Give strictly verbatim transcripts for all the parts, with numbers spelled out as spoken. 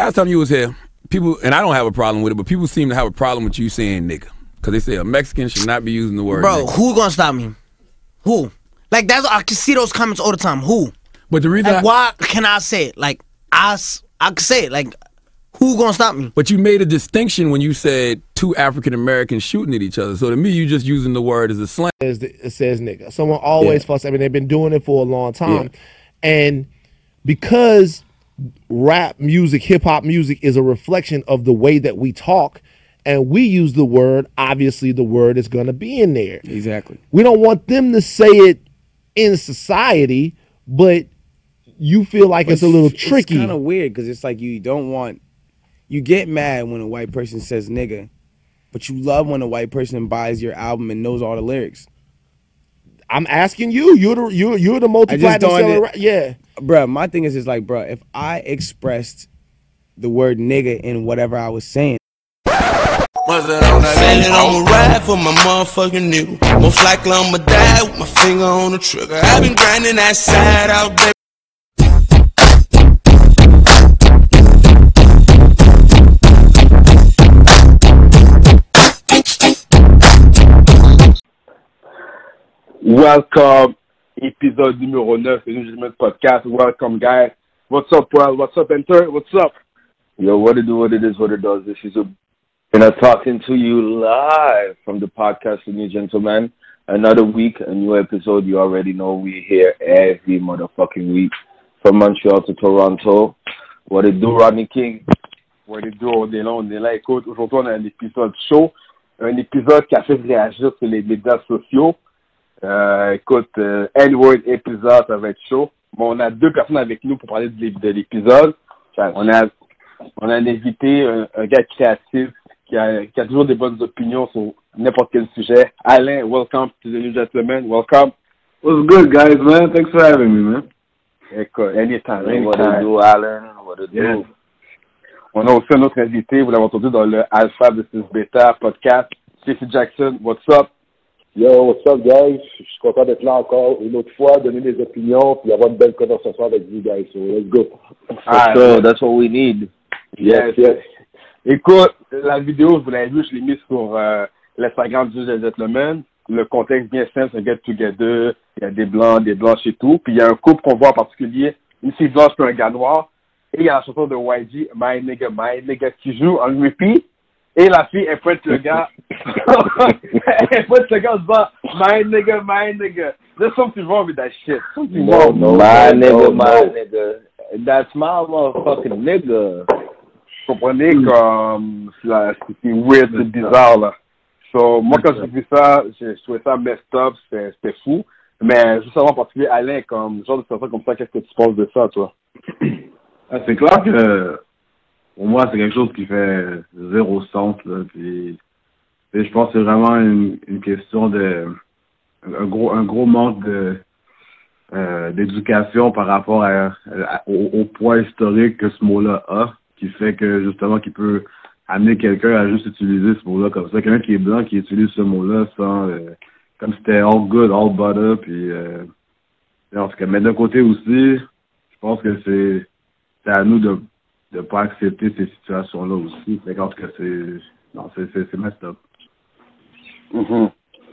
last time you was here, people, and I don't have a problem with it, but people seem to have a problem with you saying nigga. Because they say a Mexican should not be using the word Bro, nigga. who gonna stop me? Who? Like, that's I can see those comments all the time. Who? But the reason like, I, why can I say it? Like, I, I can say it. Like, who gonna stop me? But you made a distinction when you said two African Americans shooting at each other. So to me, you just using the word as a slang. It says, it says nigga. Someone always yeah. fuss. I mean, they've been doing it for a long time. Yeah. And because rap music, hip hop music is a reflection of the way that we talk, and we use the word, obviously the word is going to be in there. Exactly. We don't want them to say it in society, but you feel like but it's a little tricky. It's kind of weird because it's like you don't want, you get mad when a white person says nigga, but you love when a white person buys your album and knows all the lyrics. I'm asking you. You're the you're you're the multi-platinum seller. Yeah, bro. My thing is just like, bro. If I expressed the word nigga in whatever I was saying, Feeling I'ma ride for my motherfucking nigga. Most likely I'ma die with my finger on the trigger. I've been grinding that side out there. Welcome, épisode numéro neuf du New Podcast. Welcome, guys. What's up, Well? What's up, Enter? What's up? Yo, what it do, what it is, what it does. This is a, and I'm talking to you live from the podcast, Ladies and Gentlemen. Another week, a new episode. You already know we're here every motherfucking week from Montreal to Toronto. What it do, Rodney King? What it do, on est là, on est là. Écoute, aujourd'hui, on a un épisode chaud. Un épisode qui a fait réagir sur les médias sociaux. Euh, écoute, euh, N-word épisode, ça va être chaud. Bon, on a deux personnes avec nous pour parler de, de l'épisode. On a, on a un invité, un, un gars créatif qui a, qui a toujours des bonnes opinions sur n'importe quel sujet. Alain, welcome to the New Gentleman. Welcome. What's good, guys, man? Thanks for having me, man. Écoute, anytime, anytime. What it do, Alain? What it do? Yeah. On a aussi un autre invité, vous l'avez entendu dans le Alpha versus Beta podcast. Stacey Jackson, what's up? Yo, what's up, guys? Je suis content d'être là encore une autre fois, donner des opinions, puis avoir une belle conversation avec vous, guys. So, let's go. Ah, so, that's what we need. Yes, yes. Écoute, la vidéo, vous l'avez vu, je l'ai mise sur euh, l'Instagram du Gentleman. Le contexte bien simple, c'est un get-together. Il y a des blancs, des blanches et tout. Puis il y a un couple qu'on voit en particulier, une fille blanche et un gars noir. Et il y a la chanson de Y G, My Nigga, My Nigga, qui joue en repeat. Et la fille, elle pointe le gars. Elle pointe le gars en disant, My nigga, my nigga. There's something wrong with that shit. Something no, wrong. No, my no, nigga, no, my no. nigga. That's my motherfucking nigga. Vous comprenez comme c'est weird, c'est bizarre là. So, moi, quand j'ai vu ça, j'ai trouvé ça messed up, c'était fou. Mais juste avant en particulier, Alain, comme genre de situation comme ça, qu'est-ce que tu penses de ça, toi? Ah, c'est clair que pour moi, c'est quelque chose qui fait zéro sens, là. Puis, puis je pense que c'est vraiment une, une question de un gros un gros manque de euh, d'éducation par rapport à, à, au, au poids historique que ce mot-là a, qui fait que justement qu'il peut amener quelqu'un à juste utiliser ce mot-là comme ça. Quelqu'un qui est blanc qui utilise ce mot-là sans euh, comme si c'était all good, all butter, puis euh, en tout cas, mais d'un côté aussi, je pense que c'est c'est à nous de de pas accepter ces situations-là aussi. C'est quand que c'est non, c'est c'est c'est messed up. Mm-hmm.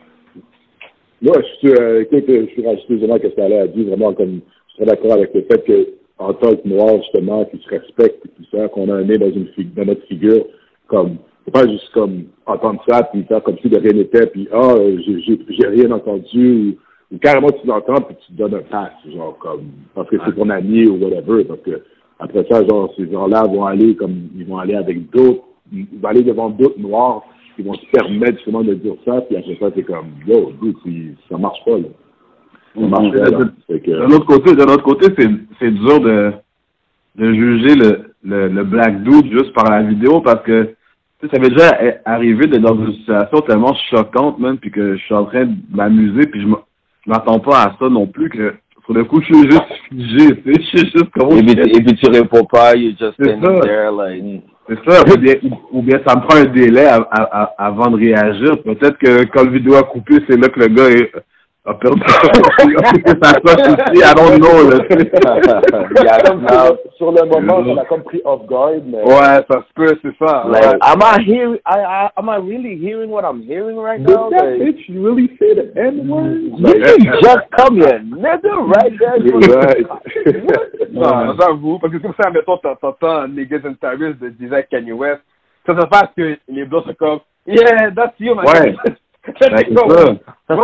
Moi, je suis euh, écoute, je suis rajouté vraiment ce qu'elle a dit, vraiment comme je suis d'accord avec le fait que en tant que noir, justement, qui se respecte et tout ça, qu'on a un nez dans une figue, dans notre figure, comme faut pas juste comme entendre ça puis faire comme si de rien n'était puis ah oh, j'ai j'ai j'ai rien entendu ou, ou carrément tu l'entends puis tu te donnes un pass, genre comme parce que c'est ton ami ou whatever, parce que après ça, genre, ces gens-là vont aller comme, ils vont aller avec d'autres, ils vont aller devant d'autres noirs qui vont se permettre justement de dire ça, puis après ça, c'est comme, yo, dude, ça marche pas, là. Ça marche pas, là. Que... D'un autre côté, d'un autre côté, c'est, c'est dur de, de juger le, le, le black dude juste par la vidéo parce que, tu sais, ça m'est déjà arrivé d'être dans une situation tellement choquante, même, puis que je suis en train de m'amuser, puis je m'attends pas à ça non plus, que pour le coup, je suis juste figé, tu sais, je suis juste comme... Et puis, et puis tu réponds pas, you just standing there, like... C'est ça, ou bien, ou bien ça me prend un délai à, à, à, avant de réagir. Peut-être que quand le vidéo a coupé, c'est là que le gars est, a perdu sa coche aussi, I don't know. Là. Comme sur, sur le moment, ça l'a comme pris off guard. Mais... Ouais, ça se peut, c'est ça. Like, Ouais. am I hearing? I, I am I really hearing what I'm hearing right Did now? that Like, bitch really say the N-word? you just come here, nigga, right there. Right. Non, j'avoue, parce que comme ça, mettons, t'entends Niggas and Tyrus de disait Kanye West, ça se passe que les blancs sont comme, yeah, that's you, man. Ouais. C'est ça.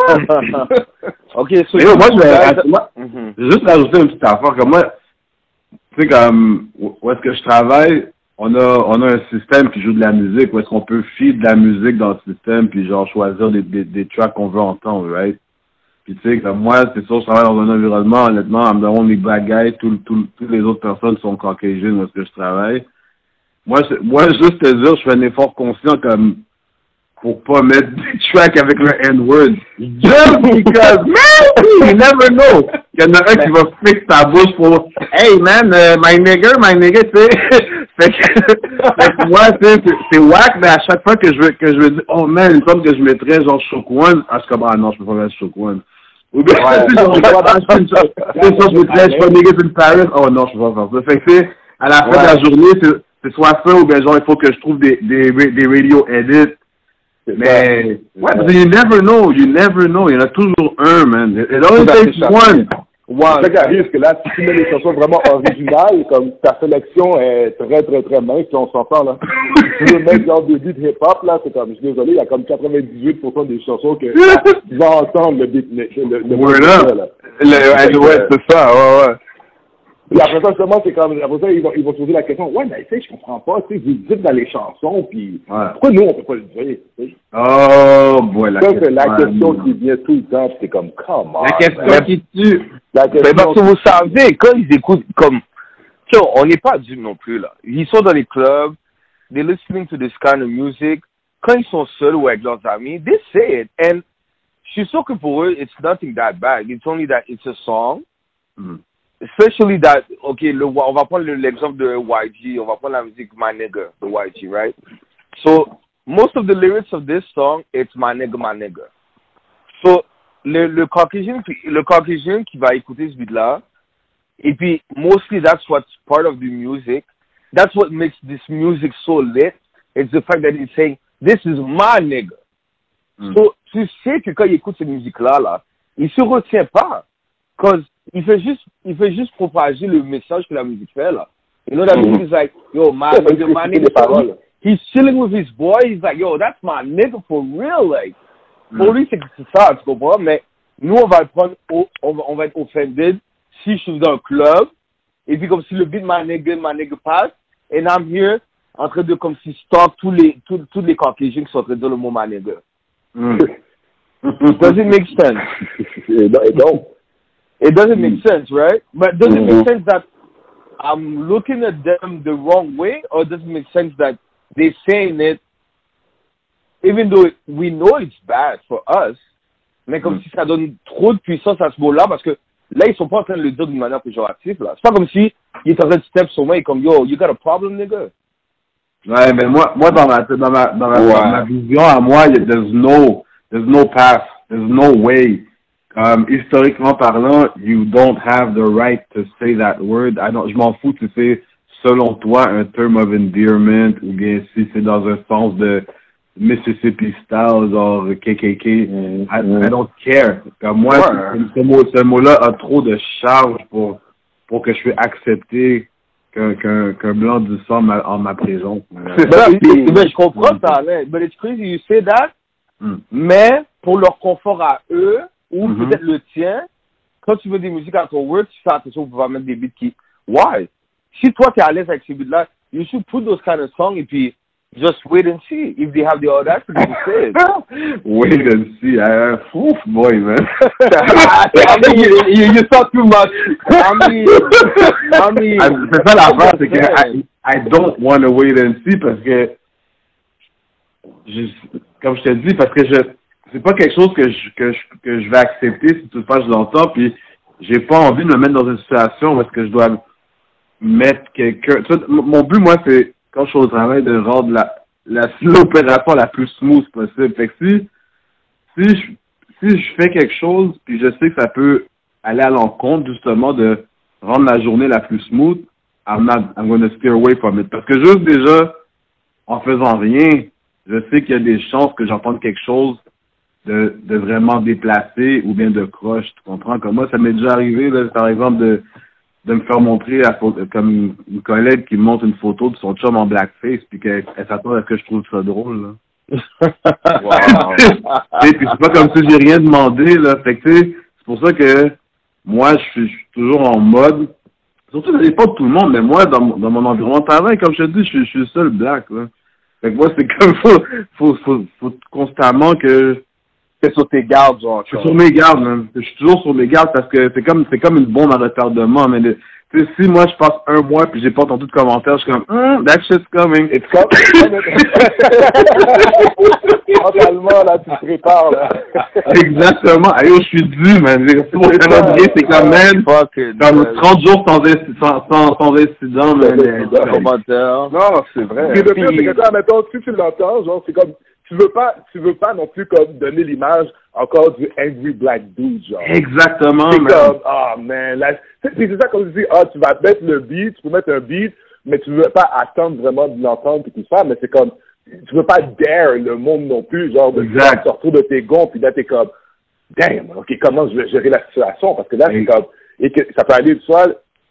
Ok, so Mais yo, moi, je vais guys- moi, Mhm. je vais juste rajouter une petite affaire. Comme moi, tu sais, comme, où est-ce que je travaille, on a, on a un système qui joue de la musique, où est-ce qu'on peut feed de la musique dans le système, puis genre choisir des, des, des tracks qu'on veut entendre, right? Puis tu sais, comme moi, c'est sûr, je travaille dans un environnement, honnêtement, I'm the only black guy, tous tout, toutes les autres personnes sont caucasiennes où est-ce que je travaille. Moi, je, moi, juste te dire, je fais un effort conscient comme, pour pas mettre des tracks avec le N-word. Just because, man, you never know. Il y en a un qui va fixer ta bouche pour, hey man, uh, my nigger, my nigger, tu sais. Fait que, fait que moi, tu sais, c'est- c'est whack, mais à chaque fois que je veux, que je veux dire, oh man, il me semble que je mettrais genre Shook One, ah, je suis comme, ah non, je peux pas mettre Shook One. Ou bien, tu sais, genre, je vois, ah, je fais une chose, tu sais, ça, je mettrais, je fais Niggas in Paris, oh non, je peux pas faire ça. Fait que, tu sais, à la fin de la journée, c'est, c'est soit ça, ou bien genre, il faut que je trouve des, des, des radio edits. Mais, ouais, parce que you never know, you never know. Il y en a toujours un, man. It only takes one. C'est ça qui arrive, parce que là, si tu mets des chansons vraiment originales, comme ta sélection est très, très, très mince, si on s'entend, là. Si tu veux mettre genre des beats hip-hop, là, c'est comme, je suis désolé, il y a comme quatre-vingt-dix-huit pour cent des chansons que tu vas entendre le beat, le, le, le Word beat, up. là. Le, ouais, c'est ça, ouais, ouais. Et après ça, justement, c'est comme, après ça, ils vont, ils vont se poser la question, ouais, mais tu sais, je comprends pas, tu sais, vous le dites dans les chansons, puis Ouais. pourquoi nous, on peut pas le dire, tu sais? Oh, boy, la Ça, question. c'est la question qui vient tout le temps, puis c'est comme, come on. La question man. qui tue. La Mais question parce que vous savez, quand ils écoutent, comme, tu sais, on n'est pas dupes non plus, là. Ils sont dans les clubs, they're listening to this kind of music. Quand ils sont seuls ou avec leurs amis, they say it. And je suis sûr que pour eux, it's nothing that bad. It's only that it's a song. Mm. Especially that, ok, le, on va prendre le- l'exemple de Y G, on va prendre la musique My Nigga, de Y G, right? So, most of the lyrics of this song, it's My Nigga, My Nigga. So, le, le Caucasian, qui- le Caucasian qui va écouter ce beat-là, et puis, mostly that's what's part of the music. That's what makes this music so lit. It's the fact that it's saying, this is my nigga. Mm. So, tu sais que quand il écoute cette musique-là, là, il se retient pas. Cause il fait juste, il fait juste propager le message que la musique fait, là. You know, that Mm-hmm. music is like, yo, my Ouais, nigga, mais my c'est nigga. les paroles. He's chilling with his boy. He's like, yo, that's my nigga for real, like. Pour Mm. lui, c'est c'est ça, tu comprends? Mais nous, on va le prendre, au, on, va, on va être offended si je suis dans un club, et puis comme si le beat my nigga, my nigga passe, and I'm here, en train de, comme si stop tous les, tous, tous les Caucasians qui sont en train de dire le mot my nigga. Mm. Does it make sense? Et donc- et donc, It doesn't make sense, right? But does it make Mhm. sense that I'm looking at them the wrong way, or does it make sense that they're saying it, even though we know it's bad for us, mais comme si ça donne trop de puissance à ce mot-là, parce que là, ils sont pas en train de le dire d'une manière péjorative, là. C'est pas comme si ils étaient en train de step sur moi et comme, yo, you got a problem, nigga. Ouais, mais moi, moi dans ma, dans ma, dans ma, Ouais. dans ma vision à moi, y a- there's no, there's no path, there's no way. Um, historiquement parlant, you don't have the right to say that word. I don't, je m'en fous si c'est, selon toi, un term of endearment, ou bien si c'est dans un sens de Mississippi style, genre K K K. I, I don't care. Comme moi, Ouais. ce, ce mot, ce mot-là a trop de charge pour, pour que je puisse accepter qu'un, qu'un, qu'un blanc du sang m'a- en ma prison. Ben, ben, je comprends ça, Alain. But it's crazy you say that, Mm. mais pour leur confort à eux, ou Mhm. peut-être le tien, quand tu veux des musiques à ton word, tu fais attention pour pas mettre des beats qui... Why? Si toi, t'es à l'aise avec ces beats-là, you should put those kind of songs et puis just wait and see if they have the audacity to say it. Wait and see. Uh, oof, boy, man. I mean, you, you, you talk too much. I mean, I mean... Ah, c'est ça l'affaire, c'est que I, I don't want to wait and see parce que, je, comme je te dis, parce que je, c'est pas quelque chose que je, que je, que je vais accepter si toutefois je l'entends, puis j'ai pas envie de me mettre dans une situation où est-ce que je dois mettre quelqu'un. Tu sais, m- mon but, moi, c'est, quand je suis au travail, de rendre la, la, l'opération la plus smooth possible. Fait que si, si je, si je fais quelque chose, puis je sais que ça peut aller à l'encontre, justement, de rendre la journée la plus smooth, I'm not, I'm gonna steer away from it. Parce que juste déjà, en faisant rien, je sais qu'il y a des chances que j'entende quelque chose de, de vraiment déplacé ou bien de croche, tu comprends? Comme moi, ça m'est déjà arrivé, là, par exemple, de, de me faire montrer à, comme une, une collègue qui me montre une photo de son chum en blackface, puis qu'elle elle s'attend à ce que je trouve ça drôle, là. Wow. Et puis c'est pas comme si j'ai rien demandé, là. Fait que, tu sais, c'est pour ça que moi, je suis, je suis toujours en mode, surtout, ça dépend de tout le monde, mais moi, dans, dans mon environnement de travail, comme je te dis, je suis, je suis le seul black, là. Fait que moi, c'est comme, faut, faut, faut, faut constamment que... C'est sur tes gardes, genre. Je suis sur mes gardes, man. Je suis toujours sur mes gardes parce que c'est comme, c'est comme une bombe à retardement, mais le, tu sais, si moi, je passe un mois puis j'ai pas entendu de commentaires, je suis comme, hm, that shit's coming. It's coming. Mentalement, là, tu te prépares, là. Exactement. Ayo, je suis dû, man. Pour le calendrier, c'est comme, man, comme trente jours sans, sans, sans, sans incident, man. Non, c'est vrai. Puis le pire, c'est que, admettons, si tu l'entends, genre, c'est comme, tu veux pas, tu veux pas non plus comme donner l'image encore du angry black dude, genre. Exactement, c'est man. comme, ah, oh, man, là, c'est, c'est ça comme tu dis, ah, tu vas mettre le beat, tu peux mettre un beat, mais tu veux pas attendre vraiment de l'entendre et tout ça, mais c'est comme, tu veux pas dare le monde non plus, genre, de sortir de tes gonds, puis là, t'es comme, damn, ok, comment je vais gérer la situation, parce que là, c'est comme, et que ça peut aller soit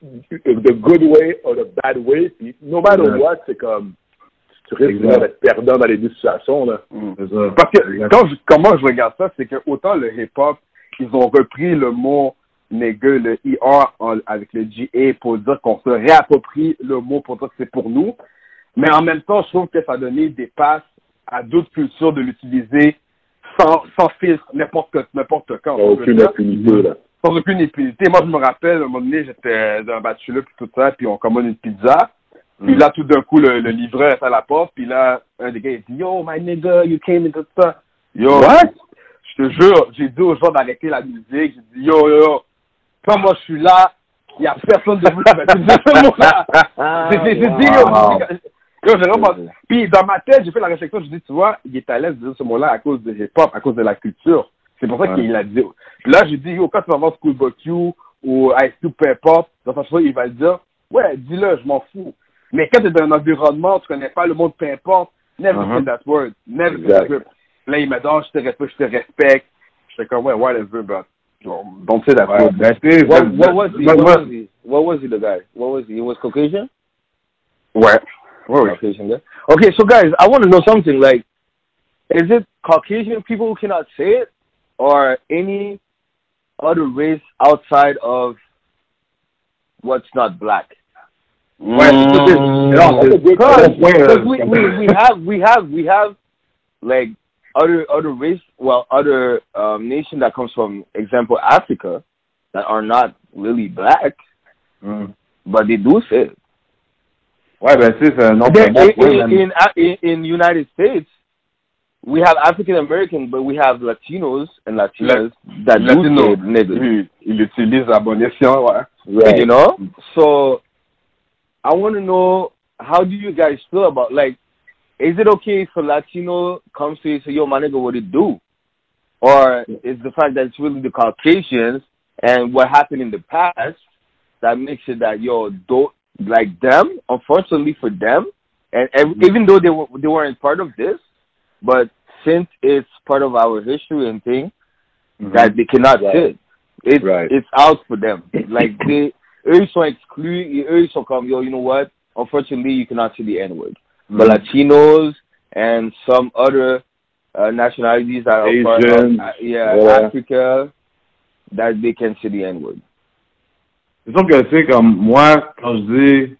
the good way or the bad way, puis no matter exact. What, c'est comme, tu risques d'être perdant dans les deux situations, là. Mm. Parce que, quand je, comment je regarde ça, c'est que autant le hip-hop, ils ont repris le mot nigga, le E R en, avec le G A pour dire qu'on se réapproprie le mot pour dire que c'est pour nous. Mais en même temps, je trouve que ça donnait des passes à d'autres cultures de l'utiliser sans, sans filtre, n'importe, n'importe quand. Sans aucune impunité, là. Sans aucune impunité. Moi, je me rappelle, à un moment donné, j'étais dans un bachelor puis tout ça, puis on commande une pizza. Puis là, tout d'un coup, le, le livreur est à la porte, puis là, un des gars, il dit, yo, my nigga, you came in tout ça. Yo, what? Je te jure, j'ai dit aux gens d'arrêter la musique, j'ai dit, yo, yo, yo, quand moi je suis là, il n'y a personne de vous qui va dire ce mot-là. J'ai dit, yo, yo, j'ai vraiment... Puis dans ma tête, j'ai fait la réflexion, je dis, tu vois, il est à l'aise de dire ce mot-là à cause de hip-hop, à cause de la culture. C'est pour ça ouais. qu'il l'a dit. Puis là, j'ai dit, yo, quand tu vas voir Schoolboy Q ou Ice Cube, peu importe, dans sa chose, il va le dire, ouais, dis-le, je m'en fous. Mais quand tu es dans un environnement, tu connais pas le mot peu importe, never uh-huh. say that word, never say that word. Là, il m'a dit, oh, je te respecte, je te respecte. J'étais comme, ouais, whatever, but don't say that word. What, what was he? What was he? What was he, the guy? What was he? He was Caucasian? Ouais. Ouais, Caucasian guy. Okay, so guys, I want to know something. Like, is it Caucasian people who cannot say it, or any other race outside of what's not black? Ouais, because we, we we have we have we have like other other race well other um, nation that comes from example Africa that are not really black, mm. but they do say it. Ouais, ben c'est ça. Non, in, in, in in United States, we have African American, but we have Latinos and Latinas La, that Latino, do say niggas. Ils utilisent à bon escient, ouais. Right. You know, so. I want to know, how do you guys feel about, like, is it okay if a Latino comes to you and say, yo, my nigga, what it do? Or is the fact that it's really the Caucasians and what happened in the past that makes it that, yo, don't, like them, unfortunately for them, and, and even though they, were, they weren't part of this, but since it's part of our history and thing, mm-hmm. that they cannot right. sit, it's, right. it's out for them. Like, they... Eux, ils sont exclus, et eux, ils sont comme, yo, you know what? Unfortunately, you cannot say the N-word. Mm. But Latinos and some other uh, nationalities that are part of, uh, yeah, yeah, Africa, that they can say the N-word. C'est sûr que, tu sais, comme moi, quand je dis,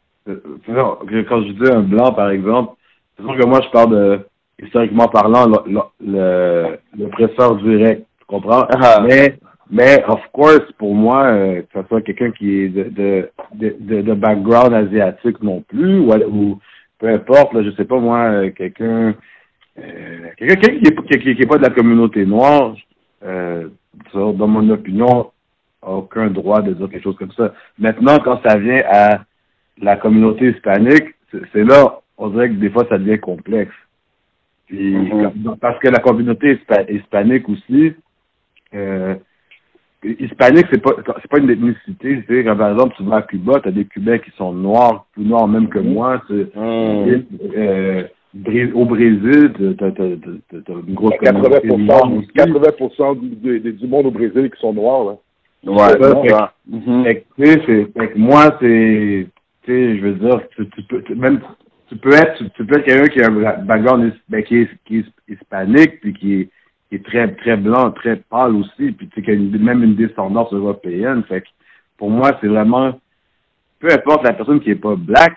quand je dis un blanc, par exemple, c'est sûr que moi, je parle de, historiquement parlant, le, le, le, l'oppresseur direct, tu comprends? Uh-huh. Mais, Mais, of course, pour moi, euh, que ce soit quelqu'un qui est de, de, de, de, de background asiatique non plus, ou, ou peu importe, là, je sais pas moi, euh, quelqu'un, euh, quelqu'un qui est, qui, qui est pas de la communauté noire, euh, dans mon opinion, a aucun droit de dire quelque chose comme ça. Maintenant, quand ça vient à la communauté hispanique, c'est, c'est là, on dirait que des fois, ça devient complexe. Puis, mm-hmm. parce que la communauté hispa- hispanique aussi, euh, hispanique, c'est pas c'est pas une ethnicité. Tu sais, quand par exemple tu vas à Cuba, t'as des Cubains qui sont noirs, plus noirs même que moi. C'est, Mm. euh, au Brésil, t'as, t'as, t'as, t'as une grosse communauté noire aussi. quatre-vingts pour cent du, du, du monde au Brésil qui sont noirs, là. Ouais, c'est ça, fait, ça. Mm-hmm. fait que, tu sais, c'est, fait que moi, c'est, tu sais, je veux dire, tu, tu peux, tu, même, tu peux être, tu, tu peux être quelqu'un qui a un background, ben, qui est, qui est hispanique, puis qui est, qui est très, très blanc, très pâle aussi, puis tu sais, qui a une, même une descendance européenne. Fait que, pour moi, c'est vraiment, peu importe la personne qui est pas black,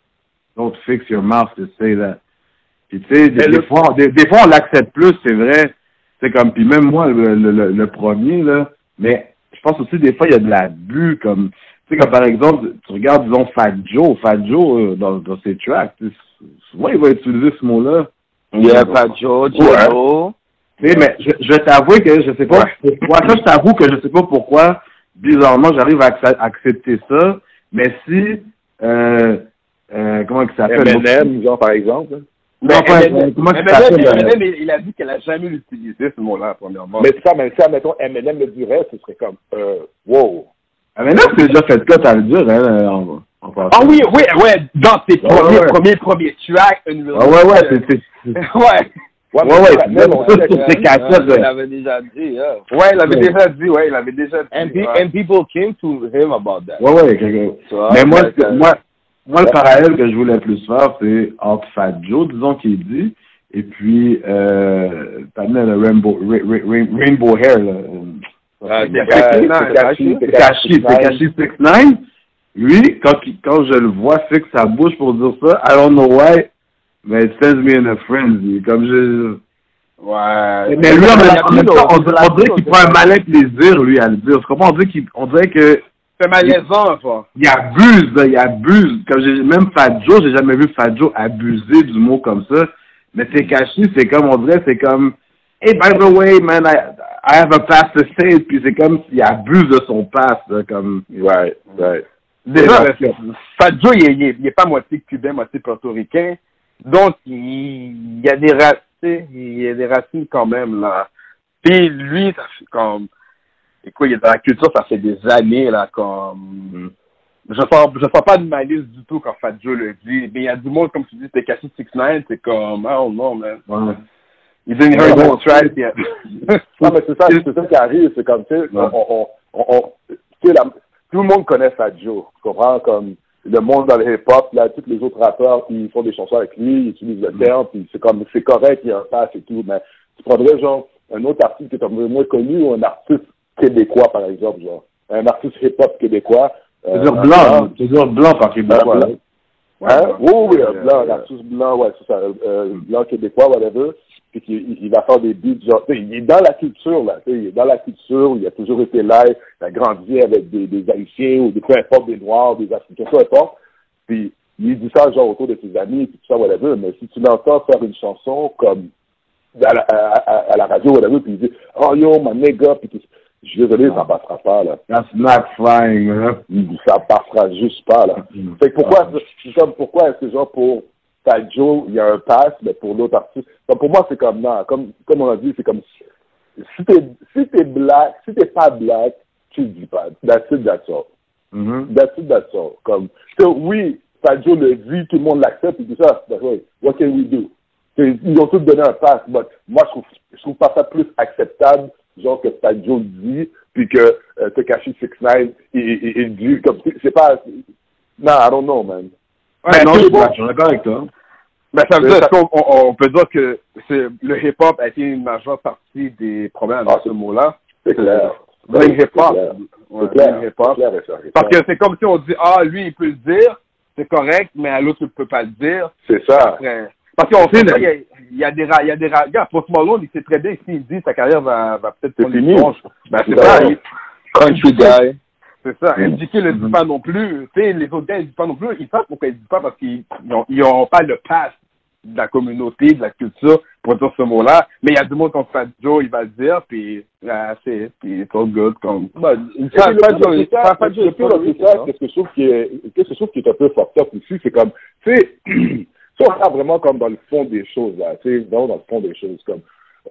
don't fix your mouth to say that. Puis tu sais, des, des fois, des, des fois, on l'accepte plus, c'est vrai. C'est comme, puis même moi, le, le, le premier, là, mais je pense aussi, des fois, il y a de l'abus, comme, tu sais, comme par exemple, tu regardes, disons, Fat Joe, Fat Joe, euh, dans, dans ses tracks, souvent, il va utiliser ce mot-là. Il y a Fat Joe, Joe. Tu sais, mais je, je vais t'avouer que je sais pas pourquoi, ça, je t'avoue que je sais pas pourquoi, bizarrement, j'arrive à accepter ça, mais si, euh, euh, comment il s'appelle? M and M, genre, par exemple. Mais, mais, enfin, mais, comment mais, il s'appelle? mais, mais, mais il a dit qu'elle a jamais utilisé ce mot-là, premièrement. Mais ça, mais ça, mettons, M and M le dirait, ce serait comme, euh, wow. Ah, mais là, c'est déjà fait cas, t'as le dire, hein, en, en Ah oui, oui, ouais, dans tes ouais, premiers, ouais. premiers, premiers tracks, une Ah ouais, ouais, c'est, c'est, c'est... ouais. Ouais, ouais, ouais, c'est même ça, sur ses cassettes. Il l'avait déjà dit, yeah. Ouais, il l'avait déjà dit, ouais, il l'avait déjà dit. And, ouais. and people came to him about that. Ouais, ouais, quelque... So, mais moi, ouais, moi, moi, le parallèle que je voulais plus faire, c'est entre Fat Joe, disons qu'il dit, et puis, euh, t'as mis le Rainbow, ra, ra, Rainbow Hair, là. Ah, Tekashi, Tekashi, Tekashi six nine. Lui, quand, quand je le vois fixe sa bouche pour dire ça, I don't know why, mais it sends me in a frenzy. Comme je... Ouais. Mais lui, en même temps, on, on dirait qu'il prend un malin plaisir, lui, à le dire. Comment on dirait qu'il, on dirait que... C'est malaisant, quoi. Il abuse, là, il abuse. Comme j'ai, même Fat Joe, j'ai jamais vu Fat Joe abuser du mot comme ça. Mais Tekashi, c'est comme, on dirait, c'est comme, hey, by the way, man, I, I have a pass to say it. Puis c'est comme s'il abuse de son pass, là, comme... Ouais, ouais. Déjà, Fat Joe, il est, il est pas moitié cubain, moitié portoricain. Donc, il, il y a des racines, il y a des racines quand même, là. Puis lui, ça fait comme... Écoute, il est dans la culture, ça fait des années, là, comme... Je sens, je sens pas de malice du tout quand Fat Joe le dit. Mais il y a du monde, comme tu dis, Tekashi six nine, c'est comme... I don't know, man. Ouais. Il donne un bon track, yeah. Non, mais c'est ça, c'est ça qui arrive, c'est comme, tu sais, on, on, on, on, tu sais, la, tout le monde connaît Fat Joe, tu comprends, comme le monde dans le hip-hop, là, tous les autres rappeurs qui font des chansons avec lui, ils utilisent le terme, puis c'est comme, c'est correct, il y a un pass et tout, mais tu prendrais, genre, un autre artiste qui est un peu moins connu, ou un artiste québécois, par exemple, genre, un artiste hip-hop québécois. C'est dire blanc, c'est dire blanc quand québécois, là. Hein? Oui, oui, un blanc, un artiste blanc, ouais, c'est ça, euh, blanc québécois, whatever. Puis qu'il il va faire des beats, genre, il est dans la culture, là, il est dans la culture, il a toujours été là, il a grandi avec des, des Haïtiens ou des, peu importe, des Noirs, des Africains, peu importe. Puis il dit ça, genre, autour de ses amis, puis tout ça, whatever. Mais si tu l'entends faire une chanson comme à la, à, à, à la radio, whatever, puis il dit, oh yo, my nigga, puis tout ça. Je suis désolé, ça passera pas, là. That's not flying, man. Ça passera juste pas, là. Mm. Fait que pourquoi, c'est comme, pourquoi est-ce que, genre, pour Fat Joe, il y a un pass, mais pour l'autre artiste, donc pour moi, c'est comme, non, comme, comme on a dit, c'est comme, si t'es, si t'es black, si t'es pas black, tu le dis pas. That's it, that's all. Mm-hmm. That's it, that's all. Comme, so, oui, Fat Joe le dit, tout le monde l'accepte, et tout ça, that's right. What can we do? Ils ont tous donné un pass, mais moi, je trouve, je trouve pas ça plus acceptable, genre que Fat Joe dit, puis que euh, Tekashi six nine, il, il, il dit, comme, c'est pas, non, I don't know, man. Ouais, non, je suis d'accord avec toi. Ben, ça veut dire qu'on on, on peut dire que c'est, le hip-hop a été une majeure partie des problèmes avec ah, ce mot-là. C'est clair. Le hip-hop. C'est clair. Le hip-hop. Parce que c'est comme si on dit, ah, lui, il peut le dire, c'est correct, mais à l'autre, il ne peut pas le dire. C'est ça. Après, parce qu'on sait, il y a, il y a des il y a des gars, Post Malone, il sait très bien s'il dit sa carrière va, va peut-être prendre une plonge. Ben, c'est ça. Il, Country guy. C'est ça. M D K le dit pas non plus. Tu sais, les autres gars, ils disent pas non plus. Ils savent pourquoi ils disent pas, parce qu'ils n'ont ils ont pas le pass de la communauté, de la culture, pour dire ce mot-là. Mais il y a du monde comme Fat Joe, il va le dire, puis là, c'est, puis it's all good, comme. Bah, Fat Joe, c'est ça. Qu'est-ce que je trouve qui est, qu'est-ce que je trouve qui est un peu fucked up aussi, c'est comme, tu sais, si on regarde vraiment comme dans le fond des choses, là, tu sais, dans, dans le fond des choses, comme,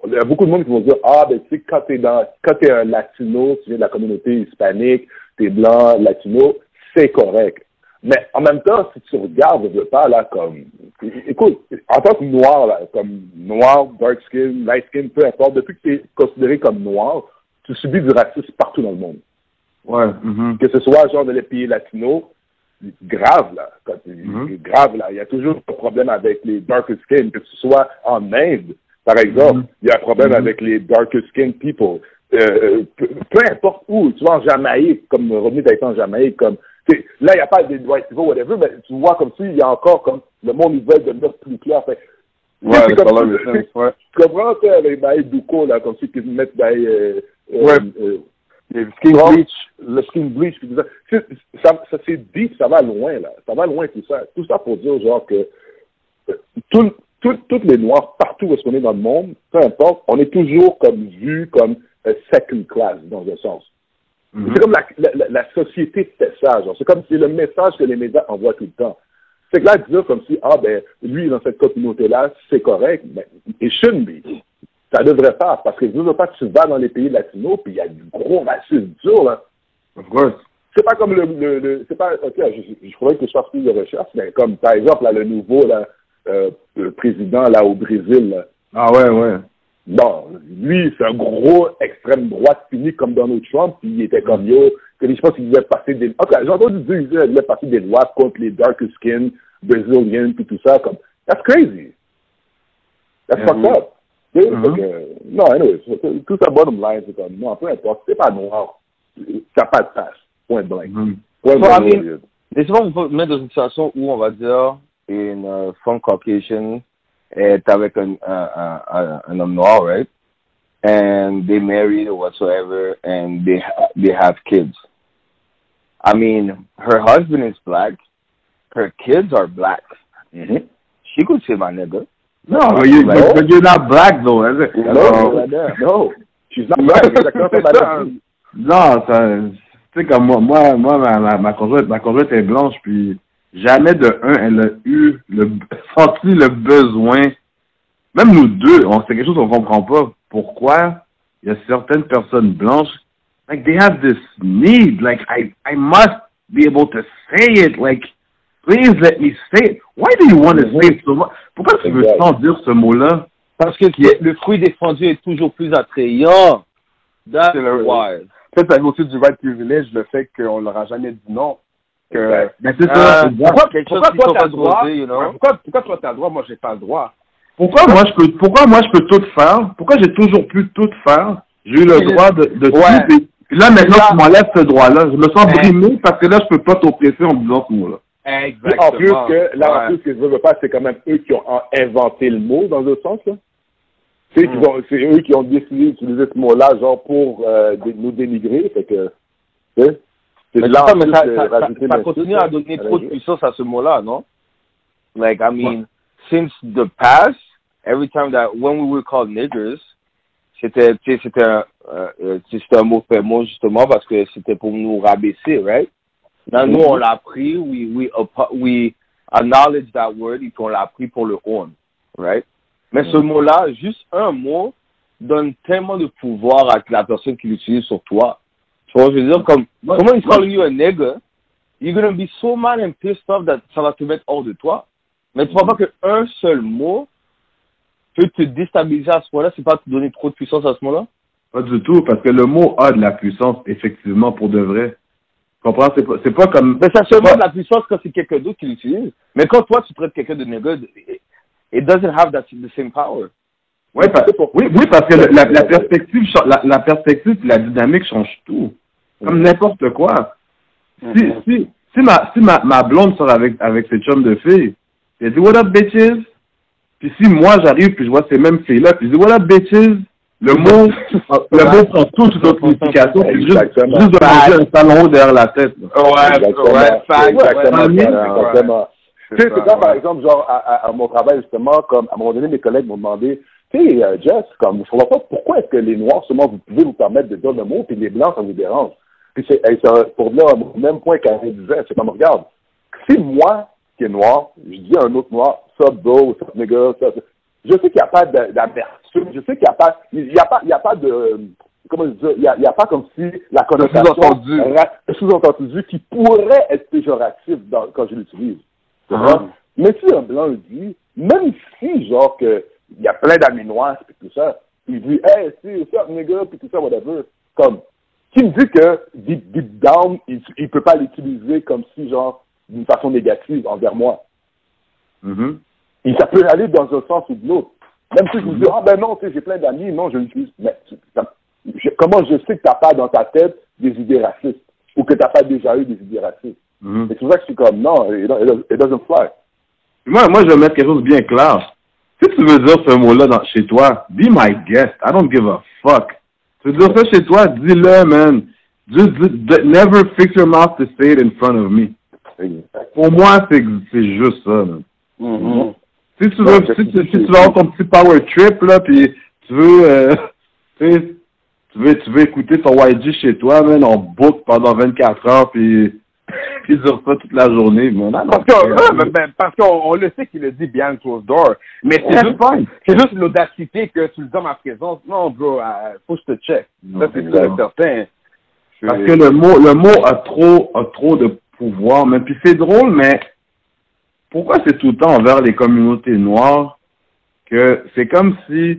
il y a beaucoup de monde qui vont dire, ah, ben, tu sais, quand t'es dans, quand t'es un latino, tu viens de la communauté hispanique, t'es blanc, latino, c'est correct. Mais en même temps, si tu regardes, je veux pas, là, comme, écoute, en tant que noir, là, comme noir, dark skin, light skin, peu importe, depuis que tu es considéré comme noir, tu subis du racisme partout dans le monde. Ouais. Mm-hmm. Que ce soit, genre, dans les pays latinos, grave, là, quand, mm-hmm. grave, là. Il y a toujours un problème avec les dark skin, que ce soit en Inde, par exemple, mm-hmm. il y a un problème mm-hmm. avec les dark skin people. Euh, peu, peu importe où, tu vois, en Jamaïque, comme Rodney a été en Jamaïque, comme, là, il n'y a pas de white people, whatever, mais tu vois comme si il y a encore comme le monde, ils veulent devenir plus clair. Fait, ouais, c'est comme ça. Ouais. Tu comprends, tu sais, avec Baï Douko, là, comme si ils mettent Baï, euh, ouais. euh, le skin bleach, le skin bleach, puis tout ça. C'est, ça, ça c'est deep, ça va loin, là. Ça va loin, tout ça. Tout ça pour dire, genre, que euh, tout, tout, toutes les Noirs, partout où on est dans le monde, peu importe, on est toujours comme vu comme euh, second class, dans un sens. Mm-hmm. C'est comme la, la, la société fait ça, genre. C'est comme si c'est le message que les médias envoient tout le temps. C'est que là, dire comme si, ah, ben, lui, dans cette communauté-là, c'est correct, mais it shouldn't be. Ça devrait pas, parce que je veux pas que tu vas dans les pays latinos, puis il y a du gros racisme dur, là. Of course. C'est pas comme le, le, le c'est pas, ok, je, je croyais que je fasse plus de recherche, mais comme, par exemple, là, le nouveau, là, euh, le président, là, au Brésil, là. Ah ouais, ouais. Bon, lui, c'est un gros extrême droite fini comme Donald Trump, puis il était comme yo, que je pense qu'il devait passer des... Ok, j'ai entendu dire qu'il devait passer des lois contre les dark skin brésiliens, puis tout ça, comme... That's crazy. That's mm-hmm. fucked up. Mm-hmm. Que, non, anyway, tout ça, bottom line, c'est comme, non, peu importe, c'est pas noir, t'as pas de passe, point blank. Mm-hmm. Point blank. Laissez-moi vous mettre dans une situation où, on va dire, une uh, femme Caucasian est avec un, un, un, un homme noir, right? And they married or whatsoever, and they they have kids. I mean, her husband is black, her kids are black. Mm-hmm. She could say my nigga. No, but, you, like, but you're not black though, is it? No, no, no. She's not black. Non, tu sais comme moi, moi, moi ma, ma, ma conjointe, ma conjointe est blanche, puis jamais de un, elle a eu le senti le besoin. Même nous deux, on c'est quelque chose qu'on comprend pas. Pourquoi il y a certaines personnes blanches, like they have this need, like I I must be able to say it, like please let me say it. Why do you want to say it so much? Pourquoi tu veux tant dire ce mot-là? Parce que le fruit défendu est toujours plus attrayant. That's why. Peut-être ça aussi du right privilege, le fait qu'on leur a jamais dit non. Que, mais c'est ça. Euh, pourquoi, pourquoi toi t'as le droit? You know? pourquoi, pourquoi toi t'as le droit? Moi j'ai pas le droit. Pourquoi moi je peux pourquoi moi je peux tout faire? Pourquoi j'ai toujours pu tout faire? J'ai eu le droit de, de ouais. tout. Et là maintenant là, tu m'enlèves ce droit-là. Je me sens brimé parce que là je peux pas t'oppresser en disant ce mot-là. Exactement. En plus que là, ouais. en plus que je veux pas, c'est quand même eux qui ont inventé le mot dans un sens là. C'est mm. c'est eux qui ont décidé d'utiliser ce mot-là genre pour euh, dé, nous dénigrer, fait que c'est mais là ça, mais ça, ça, ça, ça continue à donner trop de puissance à ce mot-là, non? Like I mean, ouais. Since the past, every time that when we were called niggers, c'était c'était un euh, c'était un mauvais mot justement parce que c'était pour nous rabaisser, right? Là, nous on l'a appris, we we we acknowledge that word et puis on l'a appris pour le on, right? Mais ce mot-là, juste un mot, donne tellement de pouvoir à la personne qui l'utilise sur toi. Tu vois, je veux dire, comme, ouais, comment ils calling you a nigger, you're gonna be so mad and pissed off that ça va te mettre hors de toi. Mais tu vois pas qu'un seul mot peut te déstabiliser à ce moment-là, c'est pas te donner trop de puissance à ce moment-là? Pas du tout, parce que le mot a de la puissance, effectivement, pour de vrai. Tu comprends? C'est pas, c'est pas comme... Mais ça a seulement de la puissance quand c'est quelqu'un d'autre qui l'utilise. Mais quand toi, tu traites quelqu'un de nigger, it doesn't have that the same power. Ouais, parce, oui, oui, parce que la, la perspective, la, la perspective, la dynamique change tout. Comme n'importe quoi. Si, si, si ma, si ma, ma blonde sort avec, avec ses chums de filles, elle dit what up bitches? Puis si moi j'arrive puis je vois ces mêmes filles-là, puis je dis what up bitches? Le mot, le mot prend toute notre signification, c'est juste, juste de manger un talon haut derrière la tête. Là. Ouais, ouais, exactement. Tu sais, c'est comme, par exemple, genre, à, à, à mon travail, justement, comme, à un moment donné, mes collègues m'ont demandé, tu sais, euh, Jess, comme, je ne comprends pas pourquoi est-ce que les Noirs, seulement, vous pouvez vous permettre de dire le mot, puis les Blancs, ça vous dérange. Puis c'est, c'est pour là, au même point qu'elle disait, c'est comme, regarde, si moi, qui est noir, je dis à un autre noir, ça, bro, ça, nigga, ça, ça, je sais qu'il n'y a pas d'amertume assume, je sais qu'il n'y a pas, il y a pas, il y a pas de, comment dire, il y a, il y a pas comme si la connotation sous-entendu. ra- sous-entendu qui pourrait être péjoratif dans, quand je l'utilise. Tu vois? Ah. Mais si un blanc le dit, même si, genre, que, il y a plein d'amis noirs, puis tout ça, il dit, hey, c'est, what's up, nigga, puis tout ça, whatever. Comme, qui me dit que, deep, deep down, il, il peut pas l'utiliser comme si, genre, d'une façon négative envers moi. Mm-hmm. Et ça peut aller dans un sens ou de l'autre. Même si je vous dis, ah ben non, tu sais, j'ai plein d'amis, non, je l'utilise. Mais ça, je, comment je sais que t'as pas dans ta tête des idées racistes? Ou que t'as pas déjà eu des idées racistes? Mm-hmm. Et c'est pour ça que je suis comme, non, it, it, it doesn't fly. Moi, moi, je vais mettre quelque chose de bien clair. Si tu veux dire ce mot-là dans, chez toi, be my guest. I don't give a fuck. Tu veux dire ça chez toi, dis-le, man. Just, just, never fix your mouth to say it in front of me. Pour moi, c'est, c'est juste ça, man. Mm-hmm. Si tu veux, si, tu, si tu veux avoir ton petit power trip, là, pis tu veux, euh, tu sais, tu veux, tu veux écouter ton Y G chez toi, man, en boucle pendant vingt-quatre heures, pis puis dire ça toute la journée, man. Parce que, euh, ben, ben, parce qu'on on le sait qu'il le dit behind closed door, mais c'est Yeah, juste, fine. c'est juste l'audacité que tu le dis en ma présence. Non, bro, euh, faut que je te check. Non, Ça, c'est exactement. sûr et certain. Parce que le mot, le mot a trop, a trop de pouvoir, mais puis c'est drôle, mais pourquoi c'est tout le temps envers les communautés noires que c'est comme si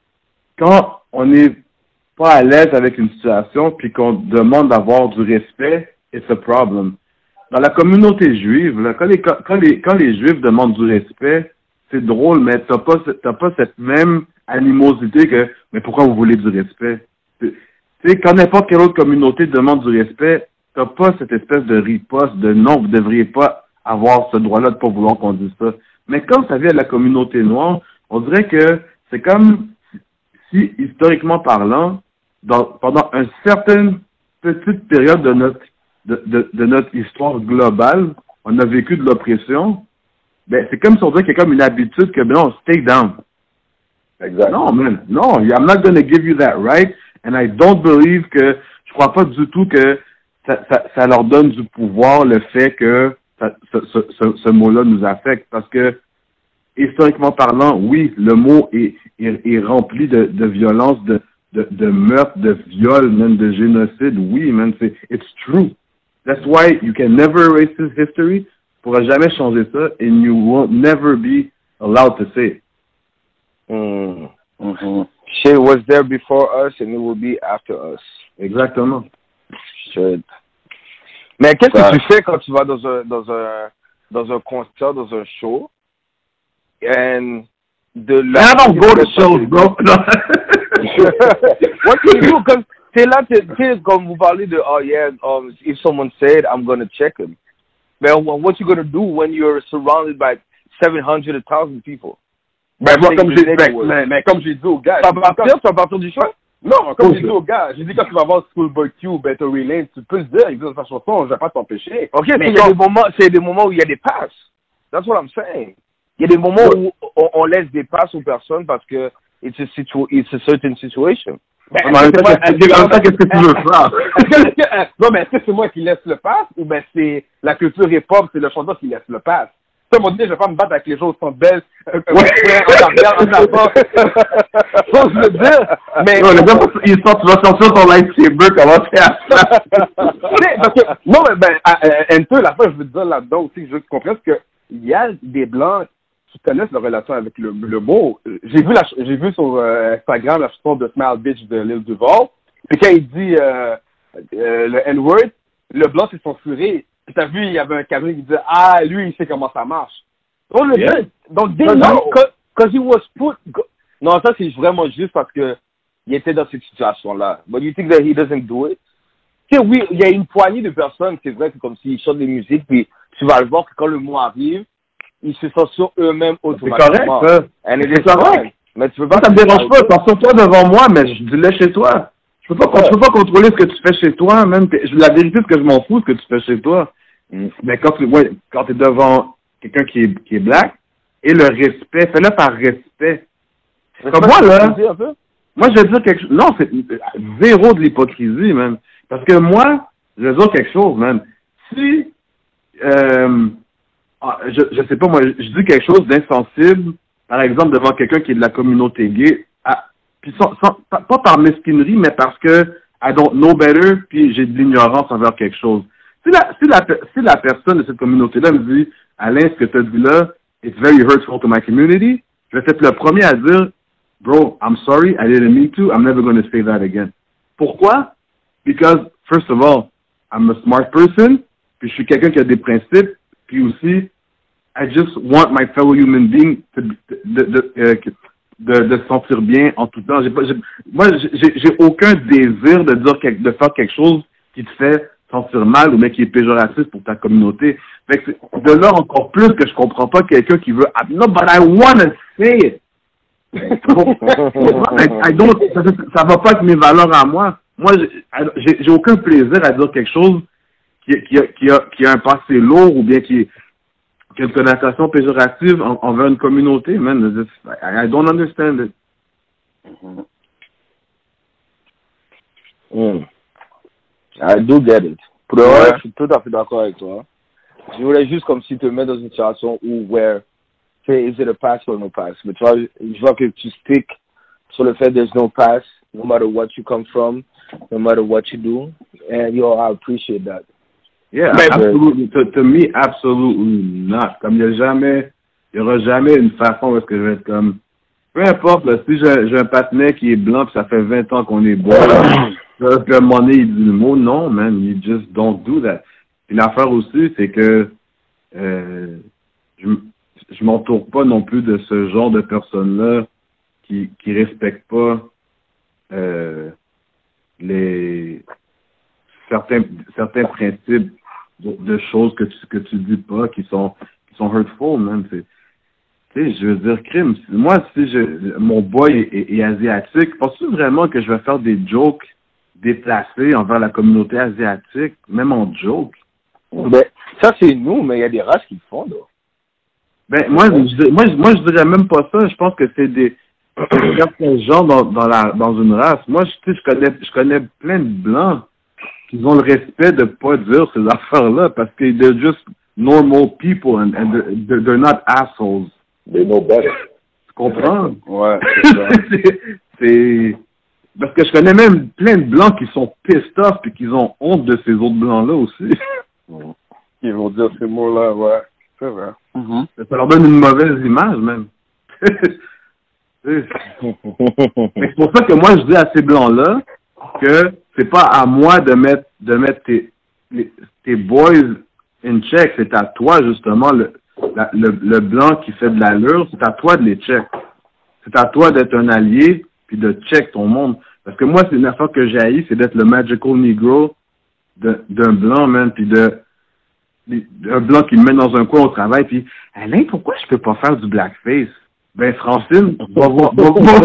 quand on n'est pas à l'aise avec une situation puis qu'on demande d'avoir du respect, it's a problem. Dans la communauté juive, là, quand les, quand les, quand les juifs demandent du respect, c'est drôle, mais t'as pas, t'as pas cette même animosité que, mais pourquoi vous voulez du respect? Tu sais, quand n'importe quelle autre communauté demande du respect, t'as pas cette espèce de riposte de non, vous devriez pas avoir ce droit-là de pas vouloir qu'on dise ça. Mais quand ça vient de la communauté noire, on dirait que c'est comme si, historiquement parlant, dans, pendant une certaine petite période de notre, de, de, de notre histoire globale, on a vécu de l'oppression, ben, c'est comme si on dirait qu'il y a comme une habitude que, ben non, stay down. Exact. Non, man, non, I'm not going to give you that right, and I don't believe que, je crois pas du tout que ça, ça, ça leur donne du pouvoir, le fait que ça, ce, ce, ce, ce mot-là nous affecte, parce que, historiquement parlant, oui, le mot est, est, est rempli de, de violence, de, de, de meurtre, de viol, même de génocide. Oui, man, c'est, it's true. That's why you can never erase this history. Tu pourras jamais changer ça, and you will never be allowed to say it. Mm. Mm-hmm. Shit was there before us and it will be after us. Exactement. Shit. Mais qu'est-ce que tu fais quand tu vas dans un, dans un, dans un concert, dans un show, and de la... I don't go to shows, bro. What do you do? Comme, t'es là, t'es, t'es, comme vous parlez de, oh yeah, um, if someone said, I'm gonna check him. But what you gonna do when you're surrounded by seven hundred, one thousand people? Ben, moi, comme j'ai, ben, mais, mais comme j'ai dit aux gars. Tu vas partir, tu vas partir du choix? Non, comme j'ai dit aux gars, j'ai dit quand tu vas voir Schoolboy Q, ben, Tory Lanez, tu peux le dire, il dit dans sa chanson, je vais pas t'empêcher. Ok, mais il y a des moments, c'est des moments où il y a des passes. That's what I'm saying. Il y a des moments où on, on laisse des passes aux personnes parce que it's a, situ- it's a certain situation. Ben, en même temps, qu'est-ce que tu veux faire? Non, mais est-ce que c'est moi qui laisse le pass ou ben c'est la culture hip-hop, c'est le chanteur qui laisse le pass? À un moment donné, je vais pas me battre avec les gens au centre belle, euh, ouais. en arrière, en avant. Faut se le dire. Mais. Non, les gars, ils sortent, tu vas sortir ton lightsaber, comment faire ça? Parce que, non, mais ben, un peu, la fois, je veux te dire là-dedans aussi, que je veux que tu comprennes qu'il y a des Blancs qui connaissent leur relation avec le, le mot. J'ai vu la, j'ai vu sur euh, Instagram la chanson de Smile Bitch de Lil Duval. Puis quand il dit euh, euh, le N-word, le Blanc s'est censuré. Puis t'as vu, il y avait un cabinet qui disait « Ah, lui, il sait comment ça marche. » Donc, le yeah. Donc, dès lors, quand il was put... Non, ça, c'est vraiment juste parce que il était dans cette situation-là. But you think that he doesn't do it? Tu sais, oui, il y a une poignée de personnes, c'est vrai que comme s'ils chantent des musiques, puis tu vas le voir que quand le mot arrive, ils se censurent eux-mêmes automatiquement. C'est correct, ça. C'est correct. Mais tu peux pas... Ça me dérange pas, censure-toi devant moi, mais je dis-le chez toi. Je peux pas, je peux pas contrôler ce que tu fais chez toi, même. La vérité, c'est que je m'en fous ce que tu fais chez toi. Mm. Mais quand tu, ouais, quand t'es devant quelqu'un qui est, qui est black, et le respect, fais-le par respect. Comme moi, là, moi, je vais dire quelque chose. Non, c'est zéro de l'hypocrisie, même. Parce que moi, je vais dire quelque chose, même. Si, euh, je, je sais pas, moi, je dis quelque chose d'insensible, par exemple, devant quelqu'un qui est de la communauté gay, à, puis sans, sans, pas, pas par mesquinerie, mais parce que I don't know better, puis j'ai de l'ignorance envers quelque chose. Si la, si la, si la personne de cette communauté-là me dit, Alain, ce que tu as dit là, it's very hurtful to my community, je vais être le premier à dire, bro, I'm sorry, I didn't mean to, I'm never going to say that again. Pourquoi? Because, first of all, I'm a smart person, puis je suis quelqu'un qui a des principes, puis aussi, I just want my fellow human being to, de, de, de, euh, de, de se sentir bien en tout temps. J'ai pas, j'ai, moi, j'ai, j'ai aucun désir de dire quelque, de faire quelque chose qui te fait sentir mal ou même qui est péjoratif pour ta communauté. Fait que de là encore plus que je comprends pas quelqu'un qui veut, no, but I wanna say it. I, I don't, ça, ça va pas avec mes valeurs à moi. Moi, j'ai, j'ai aucun plaisir à dire quelque chose qui, qui, a, qui, a, qui a un passé lourd ou bien qui, qui a une connotation péjorative en, envers une communauté, man. I, I don't understand it. Mm. I do get it. Pour le reste, je suis tout à fait d'accord avec toi. Je voulais juste comme si te mettre dans une situation où, where, say, is it a pass or no pass? Mais tu vois, je vois que tu stick sur le fait there's no pass, no matter what you come from, no matter what you do, and yo, I appreciate that. Yeah, absolutely. To, to me, absolutely not. Comme il n'y a jamais, il y aura jamais une façon où est-ce que je vais être comme, peu importe, là, si j'ai, j'ai un patinet qui est blanc, puis ça fait vingt ans qu'on est beau, puis à un moment donné, il dit le mot, non, man, you just don't do that. Puis l'affaire aussi, c'est que euh, je, je m'entoure pas non plus de ce genre de personnes-là qui, qui respectent pas euh, les certains certains principes de, de choses que tu que tu dis pas, qui sont qui sont hurtful, man. C'est, tu sais, je veux dire, crime. Moi, si je mon boy est, est, est asiatique, penses-tu vraiment que je vais faire des jokes déplacés envers la communauté asiatique, même en joke? Ben, ça c'est nous, mais il y a des races qui le font, là. Ben, moi, je, moi, moi, je dirais même pas ça. Je pense que c'est des certains gens dans, dans la dans une race. Moi, je, tu sais, je connais je connais plein de blancs qui ont le respect de pas dire ces affaires-là parce que they're just normal people and, and they're, they're not assholes. They know better. Tu comprends? Ouais, c'est ça. c'est, c'est parce que je connais même plein de blancs qui sont pissed off et qui ont honte de ces autres blancs-là aussi. Ils vont dire ces mots-là, ouais. C'est vrai. Mm-hmm. Ça leur donne une mauvaise image, même. c'est pour ça que moi, je dis à ces blancs-là que c'est pas à moi de mettre de mettre tes, les, tes boys in check. C'est à toi, justement, le, la, le, le blanc qui fait de l'allure. C'est à toi de les check. C'est à toi d'être un allié puis de check ton monde. Parce que moi, c'est une affaire que j'ai haï, c'est d'être le magical negro de, d'un blanc, man, puis de un blanc qui me met dans un coin au travail, puis Alain, pourquoi je peux pas faire du blackface? Ben, Francine, va voir, va voir,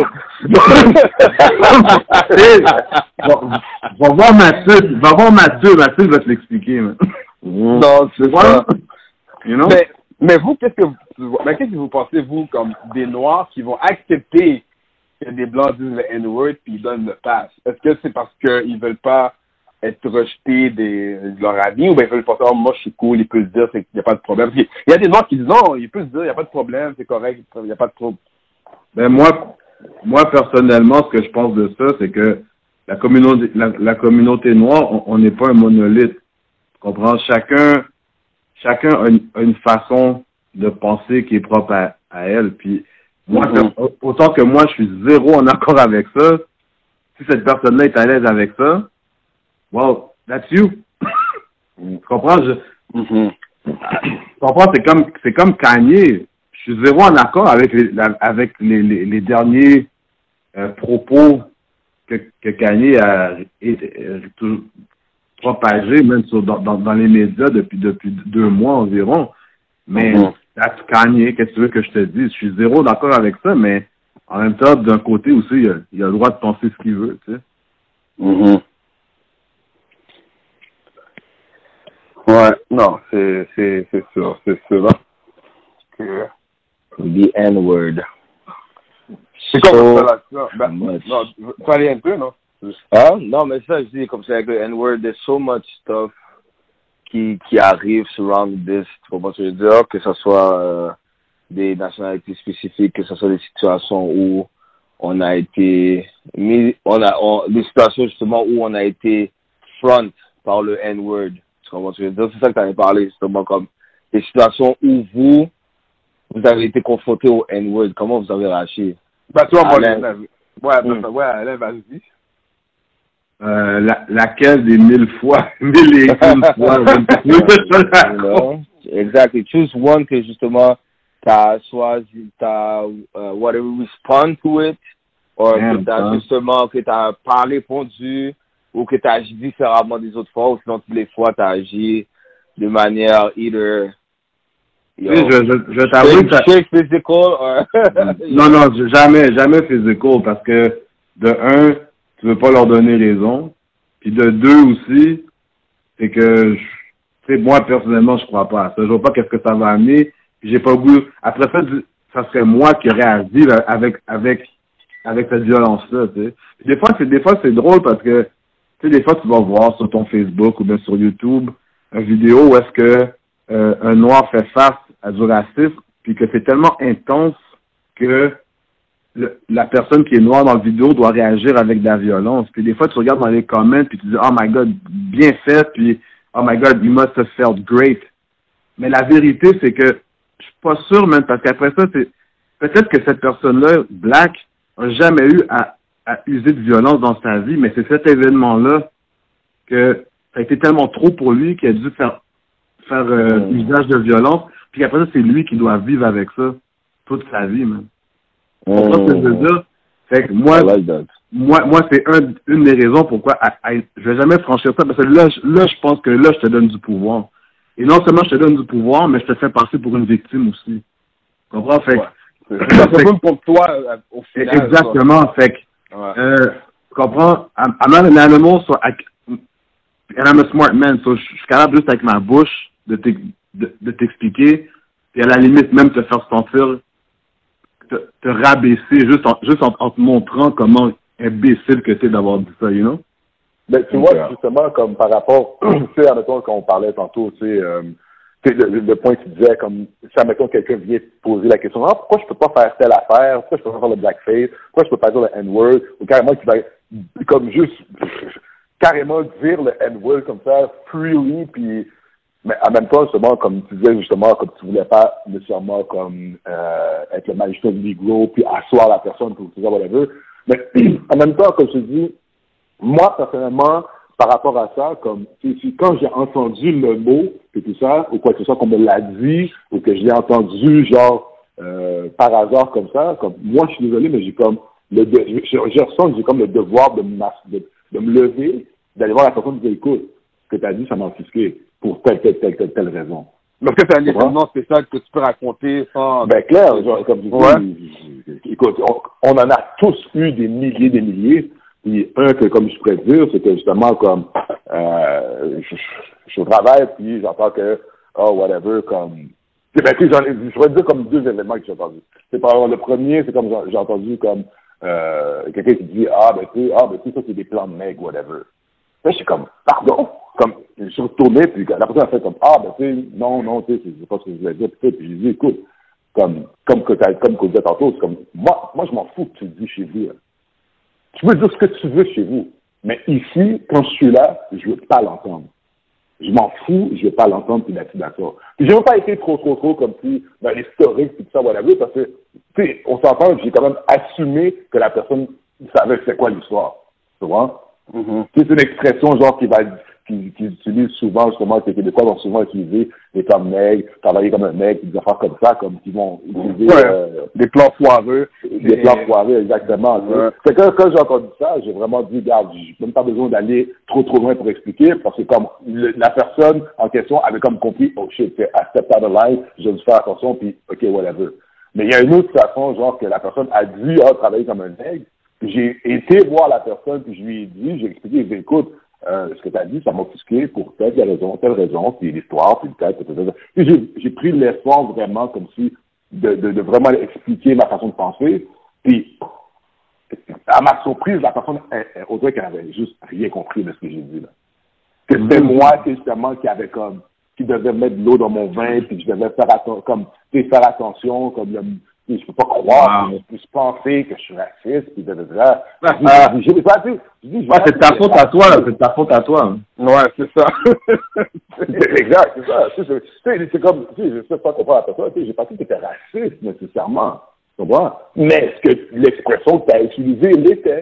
va voir Mathilde, va voir Mathilde, Mathilde va te l'expliquer, man. Non, c'est ça. You know? Mais, mais vous, qu'est-ce que vous, mais qu'est-ce que vous pensez, vous, comme des Noirs qui vont accepter que des Blancs disent le N-word puis ils donnent le pass? Est-ce que c'est parce qu'ils veulent pas être rejetés des, de leur avis ou bien ils veulent penser, oh, moi je suis cool, ils peuvent se dire, il n'y a pas de problème. Il y a des Noirs qui disent non, ils peuvent se dire, il n'y a pas de problème, c'est correct, il n'y a pas de trouble. Ben, moi, moi, personnellement, ce que je pense de ça, c'est que la communauté, la, la communauté noire, on n'est pas un monolithe. Tu comprends? Chacun, chacun a une, a une façon de penser qui est propre à, à elle. Puis, moi, mm-hmm. autant que moi, je suis zéro en accord avec ça, si cette personne-là est à l'aise avec ça, well, that's you. Tu comprends? Je, mm-hmm. Tu comprends? C'est comme, c'est comme Kanye. Je suis zéro en accord avec les, avec les, les, les derniers euh, propos que, que Kanye a propagés, même sur, dans, dans, dans les médias depuis, depuis deux mois environ. Mais, mm-hmm. that's Kanye, qu'est-ce que tu veux que je te dise? Je suis zéro d'accord avec ça, mais en même temps, d'un côté aussi, il a, il a le droit de penser ce qu'il veut, tu sais. Mm-hmm. Ouais, non, c'est, c'est, c'est sûr, c'est sûr. Hein? Que the N-word. C'est comme ça, là. Ben, non, ça allait un peu, non? Ah, non, mais ça, je dis, comme ça, avec le N-word, there's so much stuff qui, qui arrive surround this, tu comprends ce que je veux dire? Que ce soit euh, des nationalités spécifiques, que ce soit des situations où on a été mis, on a, on, des situations justement où on a été front par le N-word. Tu comprends ce que je veux dire? C'est ça que tu avais parlé, justement, comme des situations où vous, vous avez été confronté au N-word. Comment vous avez réagi? Bah, toi, moi, Alain. je, ouais, Mm. bah, ouais, Alain, vas-y. Euh, la, laquelle des mille fois, mille et une fois, You know? Exactly. Choose one que justement, t'as soit, t'as, uh, whatever, respond to it, ou Yeah, que t'as huh? justement, que t'as pas répondu, ou que t'as agi différemment des autres fois, ou sinon toutes les fois t'as agi de manière either, you Tu sais, know, je, je, je t'avoue que ça- straight physical, or, Non, non, j- jamais, jamais physical, parce que de un, tu veux pas leur donner raison, puis de deux aussi, c'est que, je- tu sais, moi personnellement, je crois pas à ça. Je vois pas qu'est-ce que ça va amener, puis j'ai pas le goût. Après ça, du- ça serait moi qui aurais à vivre avec avec avec cette violence-là, tu sais. Puis des fois, c'est des fois c'est drôle parce que, tu sais, des fois tu vas voir sur ton Facebook ou bien sur YouTube une vidéo où est-ce que euh, un noir fait face à du racisme, puis que c'est tellement intense que le- la personne qui est noire dans la vidéo doit réagir avec de la violence. Puis des fois, tu regardes dans les comments, puis tu dis « Oh my God, bien fait », puis « Oh my God, you must have felt great ». Mais la vérité, c'est que je suis pas sûr, même, parce qu'après ça, c'est peut-être que cette personne-là, Black, a jamais eu à, à user de violence dans sa vie, mais c'est cet événement-là que ça a été tellement trop pour lui qu'il a dû faire, faire euh, Mm. usage de violence, puis après ça, c'est lui qui doit vivre avec ça toute sa vie, man. Tu comprends ce que je veux dire? Fait que moi, I like that. moi, moi c'est un, une des raisons pourquoi à, à, je vais jamais franchir ça, parce que là, je- là, je pense que là, je te donne du pouvoir. Et non seulement je te donne du pouvoir, mais je te fais passer pour une victime aussi. Tu comprends? Fait que, C'est un peu comme pour toi, euh, au final. exactement. Fait que, Ouais. euh, tu comprends? I'm, I'm not an animal, so I, and I'm a smart man, so je je suis capable juste avec ma bouche de t'ex- de, de t'expliquer, et à la limite même te faire sentir, te, te rabaisser juste en, juste en, en te montrant comment imbécile que t'es d'avoir dit ça, you know? Ben, tu vois, justement, comme par rapport, tu sais, admettons, quand on parlait tantôt, tu sais, euh, tu sais, le, le point que tu disais, comme, si, admettons, quelqu'un vient te poser la question, ah, pourquoi je peux pas faire telle affaire, pourquoi je peux pas faire le blackface, pourquoi je peux pas dire le N-word, ou carrément qui va, comme, juste, carrément dire le N-word comme ça, freely, puis, mais en même temps, justement, comme tu disais, justement, comme tu voulais pas nécessairement, comme, euh, être le magistrat du Negro, puis asseoir la personne pour dire whatever, mais, en même temps, comme je te dis, moi, personnellement, par rapport à ça, comme si, si- quand j'ai entendu le mot et tout ça, ou quoi que ce soit qu'on me l'a dit, ou que je l'ai entendu genre euh, par hasard comme ça, comme moi je suis désolé, mais j'ai comme le de, je, je, je ressens que j'ai comme le devoir de, de, de me lever, d'aller voir la personne et de dire écoute, ce que tu as dit, ça m'a offusqué pour telle, telle, telle, telle, telle raison. Donc, c'est un événement spécial que tu peux raconter sans. Ben, clair, genre, comme tu dis, Ouais. écoute, on, on en a tous eu des milliers, des milliers. Puis, un que, comme je pourrais dire, c'est que justement, comme, euh, je, je, je travaille, puis j'entends que, oh, whatever, comme, c'est ben, tu sais, j'en ai, je pourrais dire comme deux événements que j'ai entendus. C'est par le premier, c'est comme, j'ai entendu comme, euh, quelqu'un qui dit, ah, ben, tu sais, ah, ben, tu sais, ça, c'est des plans de nègres, whatever. Là, je suis comme, pardon? Comme, je suis retourné, puis la personne a fait comme, ah, ben, tu sais, non, non, tu sais, c'est pas ce que je voulais dire, puis j'ai dit, écoute, comme, comme que t'as, comme que vous dites tantôt, c'est comme, moi, moi, je m'en fous que tu le dis chez vous, là. Tu peux dire ce que tu veux chez vous. Mais ici, quand je suis là, je veux pas l'entendre. Je m'en fous, je veux pas l'entendre, puis là-dessus, d'accord. Puis j'ai même pas été trop, trop, trop comme si, dans l'historique, puis tout ça, voilà, parce que, tu sais, on s'entend, j'ai quand même assumé que la personne savait c'est quoi l'histoire. Tu vois? Mm-hmm. C'est une expression, genre, qui va, qui, qui utilise souvent, justement, que les Québécois vont souvent utiliser des termes nègres, travailler comme un mec, des affaires comme ça, comme qui vont utiliser, ouais. euh, des plans foireux. Des plans foireux, exactement. Ouais. C'est que quand j'ai entendu ça, j'ai vraiment dit, regarde, j'ai même pas besoin d'aller trop trop loin pour expliquer, parce que comme le, la personne en question avait comme compris, oh shit, c'est à step out of line, je vais faire attention, puis ok, whatever. Mais il y a une autre façon, genre, que la personne a dit, ah, travailler comme un nègre. J'ai été voir la personne, puis je lui ai dit, j'ai expliqué, j'ai dit, écoute, euh, ce que tu as dit, ça m'a offusqué pour telle raison, telle raison, puis l'histoire, puis telle, telle, telle, telle. Puis j'ai, j'ai pris l'effort vraiment comme si de, de, de vraiment expliquer ma façon de penser. Puis, à ma surprise, la personne, elle, elle, on dirait qu'elle avait juste rien compris de ce que j'ai dit, là. Que c'était mm-hmm. moi, justement, qui avait comme, qui devait mettre de l'eau dans mon vin, puis je devais faire attention, comme, tu sais, faire attention, comme, le, je peux pas croire, wow. je, je penser que je suis raciste, puis de là. Ah, Je l'ai pas dit. Je dis, ouais, c'est de ta faute à toi, c'est de ta faute à toi. Ouais, c'est ça. Exact, c'est ça. Tu sais, c'est, c'est comme, tu sais, je sais pas comprendre à toi, tu sais, j'ai pas dit que t'étais raciste nécessairement. Tu comprends? Mais ce que l'expression que tu as utilisée l'était.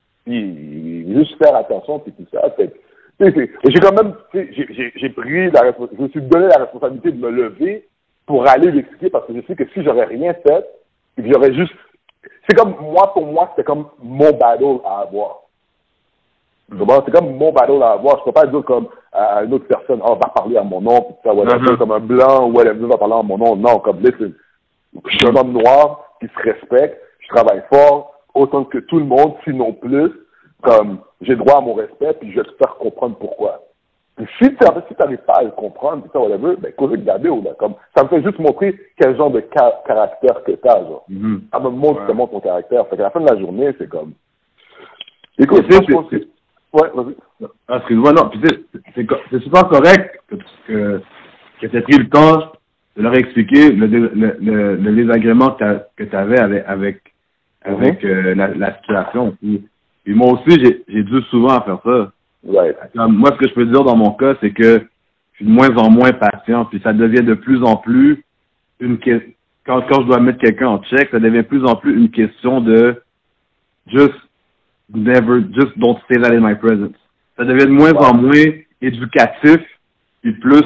Puis, juste faire attention, puis tout ça. Fait, tu sais, j'ai quand même, tu sais, j'ai, j'ai, j'ai pris la responsabilité, je me suis donné la responsabilité de me lever pour aller l'expliquer parce que je sais que si j'aurais rien fait, et que j'aurais juste, c'est comme, moi, pour moi, c'était comme mon battle à avoir. C'est comme mon battle à avoir. Je peux pas dire comme à une autre personne, oh, va parler à mon nom, puis ça, whatever, mm-hmm. comme un blanc, ou whatever, va parler à mon nom. Non, comme, listen, je suis un homme noir qui se respecte, je travaille fort, autant que tout le monde, sinon plus, comme, j'ai droit à mon respect, puis je vais te faire comprendre pourquoi. Puis si tu si n'arrives pas à le comprendre, puis ça, whatever, ben, correct, garder, là, comme, ça me fait juste montrer quel genre de ca- caractère que t'as, genre. Mm-hmm. Ça me montre ouais. justement ton caractère. Fait qu'à la fin de la journée, c'est comme, écoute, c'est, je pense que, ouais, vas-y. Ah, excuse-moi, non, puis c'est, c'est, c'est super correct que, que, que tu aies pris le temps de leur expliquer le, le, le, le désagrément que tu avais avec, avec, avec mm-hmm. euh, la, la situation. Puis, puis moi aussi, j'ai, j'ai dû souvent faire ça. Right. Comme, moi, ce que je peux dire dans mon cas, c'est que je suis de moins en moins patient, puis ça devient de plus en plus une question. Quand, quand je dois mettre quelqu'un en check, ça devient de plus en plus une question de just never, just don't say that in my presence. Ça devient de moins wow. en moins éducatif, puis plus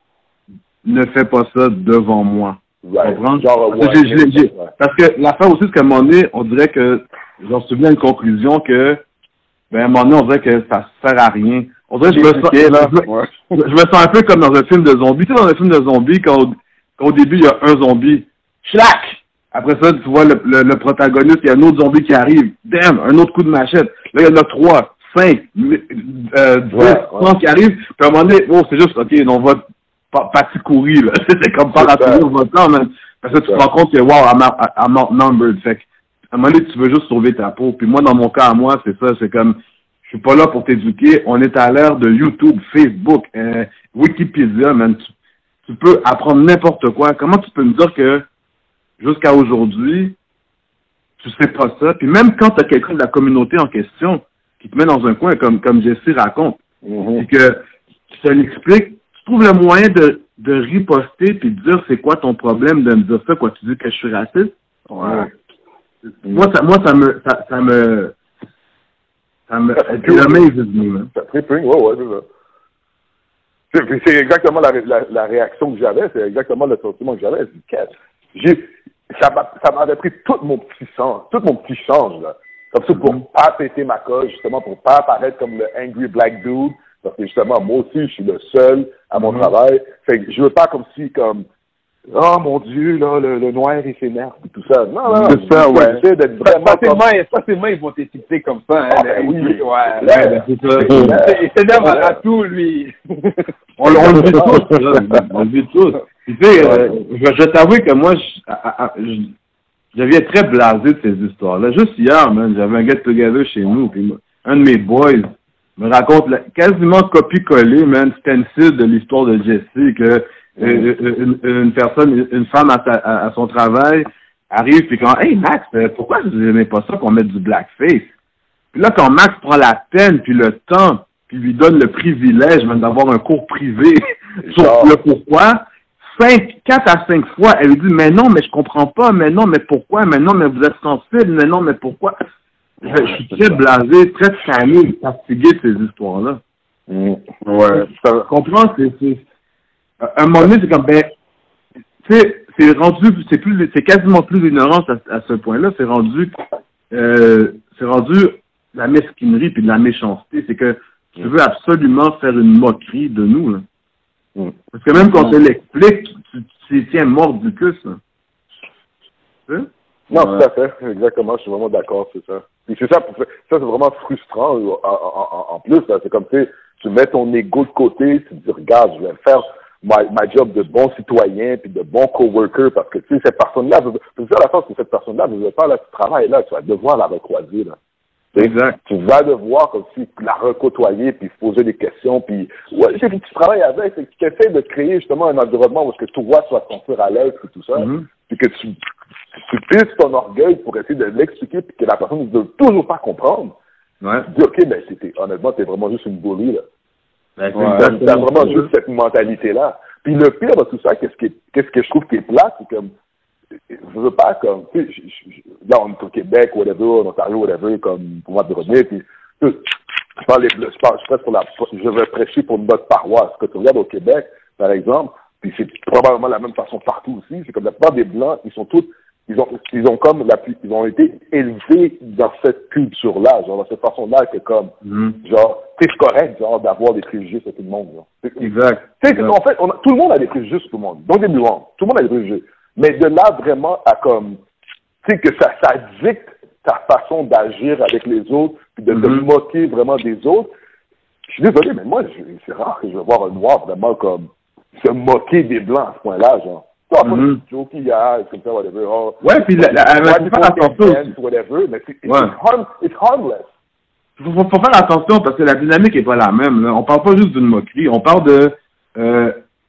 ne fais pas ça devant moi. Right. Genre, parce, que j'ai, j'ai, j'ai, parce que l'affaire aussi, c'est qu'à un moment donné, on dirait que j'en suis venu à une conclusion que ben, à un moment donné, on dirait que ça sert à rien. On dirait que je me, sens, je, me, ouais. je me sens un peu comme dans un film de zombies. Tu sais, dans un film de zombies, quand au, quand au début, il y a un zombie. Schlack! Après ça, tu vois le, le, le protagoniste, il y a un autre zombie qui arrive. Damn! Un autre coup de machette. Là, il y en a trois, cinq, euh, dix, ouais, ouais. qui arrivent. Puis à un moment donné, oh, c'est juste, OK, on va partir courir, là. C'est comme par rappeler votre temps, man. Parce que tu te rends compte que, wow, I'm, I'm outnumbered. Fait à un moment donné, tu veux juste sauver ta peau. Puis moi, dans mon cas à moi, c'est ça, c'est comme, je suis pas là pour t'éduquer. On est à l'ère de YouTube, Facebook, euh, Wikipédia, man. Tu, tu peux apprendre n'importe quoi. Comment tu peux me dire que, jusqu'à aujourd'hui, tu sais pas ça? Puis même quand tu as quelqu'un de la communauté en question qui te met dans un coin, comme, comme Jessie raconte, mm-hmm. et que tu te l'expliques, tu trouves le moyen de, de riposter puis de dire c'est quoi ton problème de me dire ça, quoi, tu dis que je suis raciste? Ouais. Moi, ça, moi, ça me, ça, ça me, ça me, it amazes me, man. Ça tripping, ouais, ouais, c'est ça. C'est, c'est exactement la, la, la réaction que j'avais, c'est exactement le sentiment que j'avais. J'ai, ça, m'a, ça m'avait pris tout mon petit change, tout mon petit change, là. Comme ça, pour mm-hmm. pas péter ma coche, justement, pour pas apparaître comme le angry black dude. Parce que justement, moi aussi, je suis le seul à mon mm-hmm. travail. Fait que je veux pas comme si, comme, oh mon Dieu, là, le, le noir, il s'énerve et tout ça. Non, non, c'est ça, ouais. J'essaie d'être vraiment facilement, comme... facilement, ils vont t'étiqueter comme ça. Hein, ah, ben oui, ouais. ouais. ouais ben, c'est ça. Il s'énerve à tout, lui. on, on le dit tous. On le dit tous. Tu sais, euh, je, je t'avoue que moi, je, à, à, je, je deviens très blasé de ces histoires-là. Juste hier, man, j'avais un get-together chez nous, puis un de mes boys me raconte la, quasiment copie-collé, man, stencil de l'histoire de Jessie, que euh, une, une personne, une femme à, sa, à, à son travail arrive puis quand, hey Max, pourquoi vous n'aimez pas ça qu'on mette du blackface? Puis là, quand Max prend la peine puis le temps, puis lui donne le privilège, même d'avoir un cours privé sur le pourquoi, cinq, quatre à cinq fois, elle lui dit, mais non, mais je comprends pas, mais non, mais pourquoi, mais non, mais vous êtes sensible, mais non, mais pourquoi? Je, je suis très blasé, très tanné, fatigué de ces histoires-là. Mmh. Ouais. Je comprends, c'est, c'est, à un moment donné, c'est comme, ben, tu sais, c'est rendu, c'est plus, c'est quasiment plus l'ignorance à, à ce point-là, c'est rendu, euh, c'est rendu la mesquinerie puis de la méchanceté. C'est que tu veux absolument faire une moquerie de nous, là. Mmh. Parce que même quand on te l'explique, tu, tu tiens mort du cul, ça. Tu sais? Non, ouais. Tout à fait. Exactement. Je suis vraiment d'accord, c'est ça. Puis c'est ça, ça c'est vraiment frustrant en, en, en plus, là. C'est comme, tu sais, tu mets ton ego de côté, tu te dis, regarde, je vais faire ma, ma job de bon citoyen puis de bon coworker parce que, tu sais, cette personne-là, je veux dire la force que cette personne-là, je veux pas, là, tu travailles là, tu vas devoir la recroiser, là. Exact. Tu vas devoir aussi la recôtoyer puis poser des questions puis ouais, c'est que tu travailles avec, c'est que tu essaies de créer justement un environnement où est-ce que toi tu vas te sentir à l'aise et tout ça, mm-hmm. puis que tu tu pisses ton orgueil pour essayer de l'expliquer puis que la personne ne veut toujours pas comprendre. Ouais. Tu dis, OK, ben, c'était, honnêtement, t'es vraiment juste une bully, là. Ben, c'est Ouais, exactement t'as vraiment ça. juste cette mentalité-là. Puis le pire de tout ça, qu'est-ce, qui est, qu'est-ce que je trouve qui est plat, c'est comme, je veux pas comme, tu sais, je- je- je- là, on est au Québec, whatever, en Ontario, whatever, comme, pour moi de revenir, puis, tu sais, je parle, je parle, je prêche pour la, je vais prêcher pour notre paroisse. Que tu regardes au Québec, par exemple, puis c'est probablement la même façon partout aussi, c'est comme la plupart des Blancs, ils sont tous, ils ont, ils ont comme la, ils ont été élevés dans cette culture-là, genre, dans cette façon-là, que comme, Mm-hmm. genre, c'est correct, genre, d'avoir des préjugés sur tout le monde, genre. C'est- Exact. Tu sais, en fait, on a- tout le monde a des préjugés sur tout le monde. Donc, des wrong. Tout le monde a des préjugés. Mais de là, vraiment, à comme, tu sais, que ça, ça dicte ta façon d'agir avec les autres, puis de te Mhm. moquer vraiment des autres. Je suis désolé, mais moi, je- c'est rare que je vais voir un noir vraiment comme se moquer des blancs à ce point-là, genre. Tu vois, Mhm. pas joke qu'il y a, comme ça, whatever. Oh, Ouais, puis la- la- ouais, faut people faire get attention bent, aussi. whatever, mais c'est, it's, Ouais. harm, it's harmless. Faut, faut, faut faire attention parce que la dynamique est pas la même. Là. On parle pas juste d'une moquerie, on parle de, euh,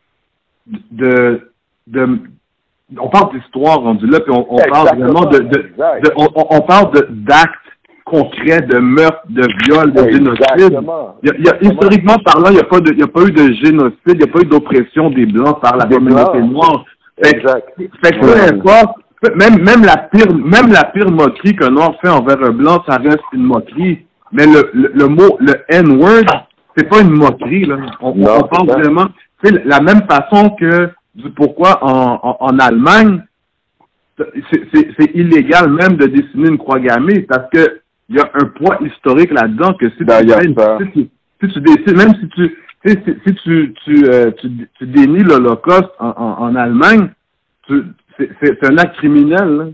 de, de, on parle d'histoire rendu là, puis on, on parle Exactement, vraiment de, de, exact. de- on, on- on parle de d'actes concrets, de meurtres, de viols, de génocide. Exactement. Il y a, il y a- historiquement parlant, il n'y a pas de, il y a pas eu de génocide, il n'y a pas eu d'oppression des blancs par la Des communauté Blancs. noire. Fait que- Exact. fait que peu Ouais. importe, peu- même, même la pire, même la pire moquerie qu'un noir fait envers un blanc, ça reste une moquerie. Mais le, le, le mot, le N-word, c'est pas une moquerie, là. On, Non, on parle c'est ça. vraiment, tu sais, la même façon que, du pourquoi en, en, en Allemagne, c'est, c'est, c'est illégal même de dessiner une croix gammée parce que il y a un poids historique là-dedans que si tu, D'ailleurs, fais une- ça. si tu, si tu dessines, même si tu, tu sais, si, si tu, tu, euh, tu, tu dénies l'Holocauste en, en, en Allemagne, tu, c'est, c'est, c'est un acte criminel, là.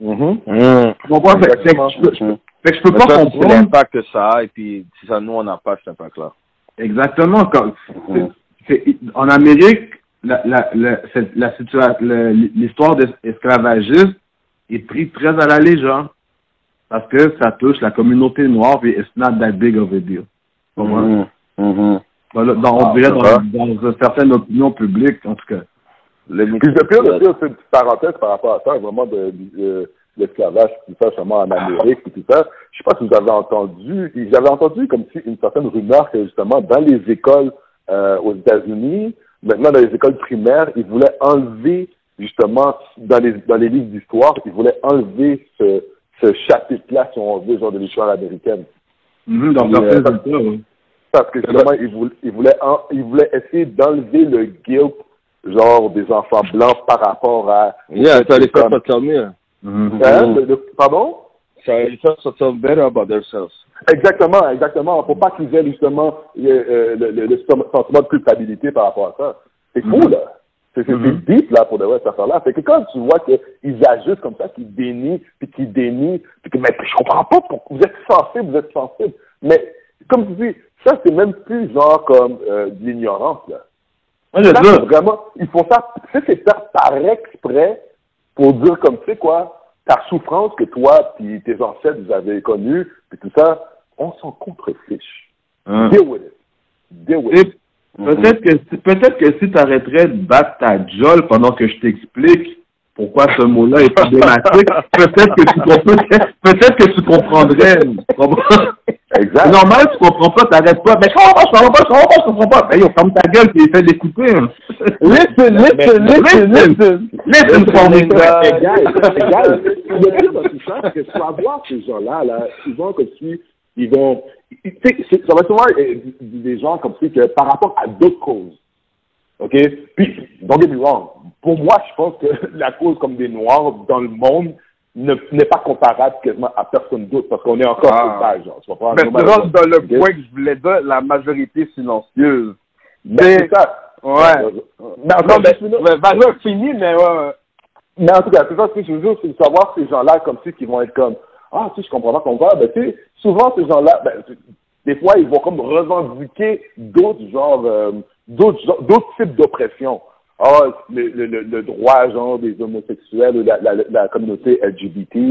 Mm-hmm. Tu comprends? Fait, fait que Exactement. je peux, je peux- fait que je peux Mais pas ça, c'est comprendre. l'impact que ça a, et puis si ça, nous, on n'a pas cet impact-là. Exactement. Comme, c'est- c'est- en Amérique, la, la, la, c'est- la situa- le- l'histoire de l'esclavagisme est prise très à la légère parce que ça touche la communauté noire et it's not that big of a deal. Tu comprends? Mhm. Mhm. Dans, le- dans- on Ah, dirait c'est dans, vrai. dans une certaine opinion publique, en tout cas. Puis le pire, le pire, c'est une petite parenthèse par rapport à ça, vraiment de, de l'esclavage, tout ça, justement en Amérique, et tout ça. Je sais pas si vous avez entendu, j'avais entendu comme si une certaine rumeur que justement dans les écoles euh, aux États-Unis, maintenant dans les écoles primaires, ils voulaient enlever justement dans les dans les livres d'histoire, ils voulaient enlever ce, ce chapitre-là, si on veut, genre de l'histoire américaine. Mhm, dans Et, certains euh, parce- États, oui. Parce que justement, ils voulaient, ils voulaient, en- ils voulaient essayer d'enlever le guilt, genre, des enfants blancs par rapport à... Yeah, ça les fait comme- pas tell me. Mhm. Hein, le- le- pardon? Ça les fait se tell better about themselves. Exactement, exactement. Pour pas qu'ils aient justement le, euh, le, le, le sentiment de culpabilité par rapport à ça. C'est fou, Mhm. là. C'est c'est Mhm. c'est deep, là, pour de vrai, cette affaire-là. Fait que quand tu vois qu'ils agissent comme ça, qu'ils dénient, puis qu'ils dénient, puis que, mais je comprends pas pourquoi vous êtes sensible, vous êtes sensible. Mais, comme tu dis, ça, c'est même plus genre comme euh, de l'ignorance, là. Moi, je Ça, veux c'est dire, vraiment, ils font ça, ça, c'est faire par exprès pour dire comme, tu sais quoi, ta souffrance que toi puis tes ancêtres vous avez connue, puis tout ça, on s'en contrefiche. hein. Deal with it. Deal with Et it. peut-être que si- peut-être que si tu arrêterais de battre ta jolle pendant que je t'explique pourquoi ce mot-là est problématique, peut-être que tu comprendrais, peut-être que tu comprendrais. tu comprends? Exact. C'est normal, tu comprends pas, t'arrêtes pas. Mais je comprends pas, je comprends pas, je comprends pas, je comprends pas. Ben, yo, ferme ta gueule et essaie d'écouter. hein. Listen, listen, listen, listen. Listen for me, guy. Égal, égal. Le pire dans tout ça, c'est que tu vas voir ces gens-là, là, souvent comme si ils vont... Tu sais, c'est- ça va souvent être des gens comme si que par rapport à d'autres causes. OK? Puis, don't get me wrong. Pour moi, je pense que la cause comme des Noirs dans le monde ne- n'est pas comparable quasiment à personne d'autre parce qu'on est encore Ah. sauvage, genre. Tu vas prendre Mais un tu normal- rentres dans le OK? point que je voulais dire, la majorité silencieuse. Ben, c'est ça. Ouais. Mais en Non, tout mais, cas, mais Valeur fini, mais ouais, ouais. mais en tout cas, c'est ça ce que je veux dire, c'est de savoir ces gens-là comme si qui vont être comme ah, tu sais, je comprends pas qu'on va. Ben, tu sais, souvent ces gens-là, ben, tu- des fois, ils vont comme revendiquer d'autres genres, euh, d'autres genres- d'autres types d'oppression. Ah, le, le, le, le droit, genre, des homosexuels ou la, la, la communauté L G B T,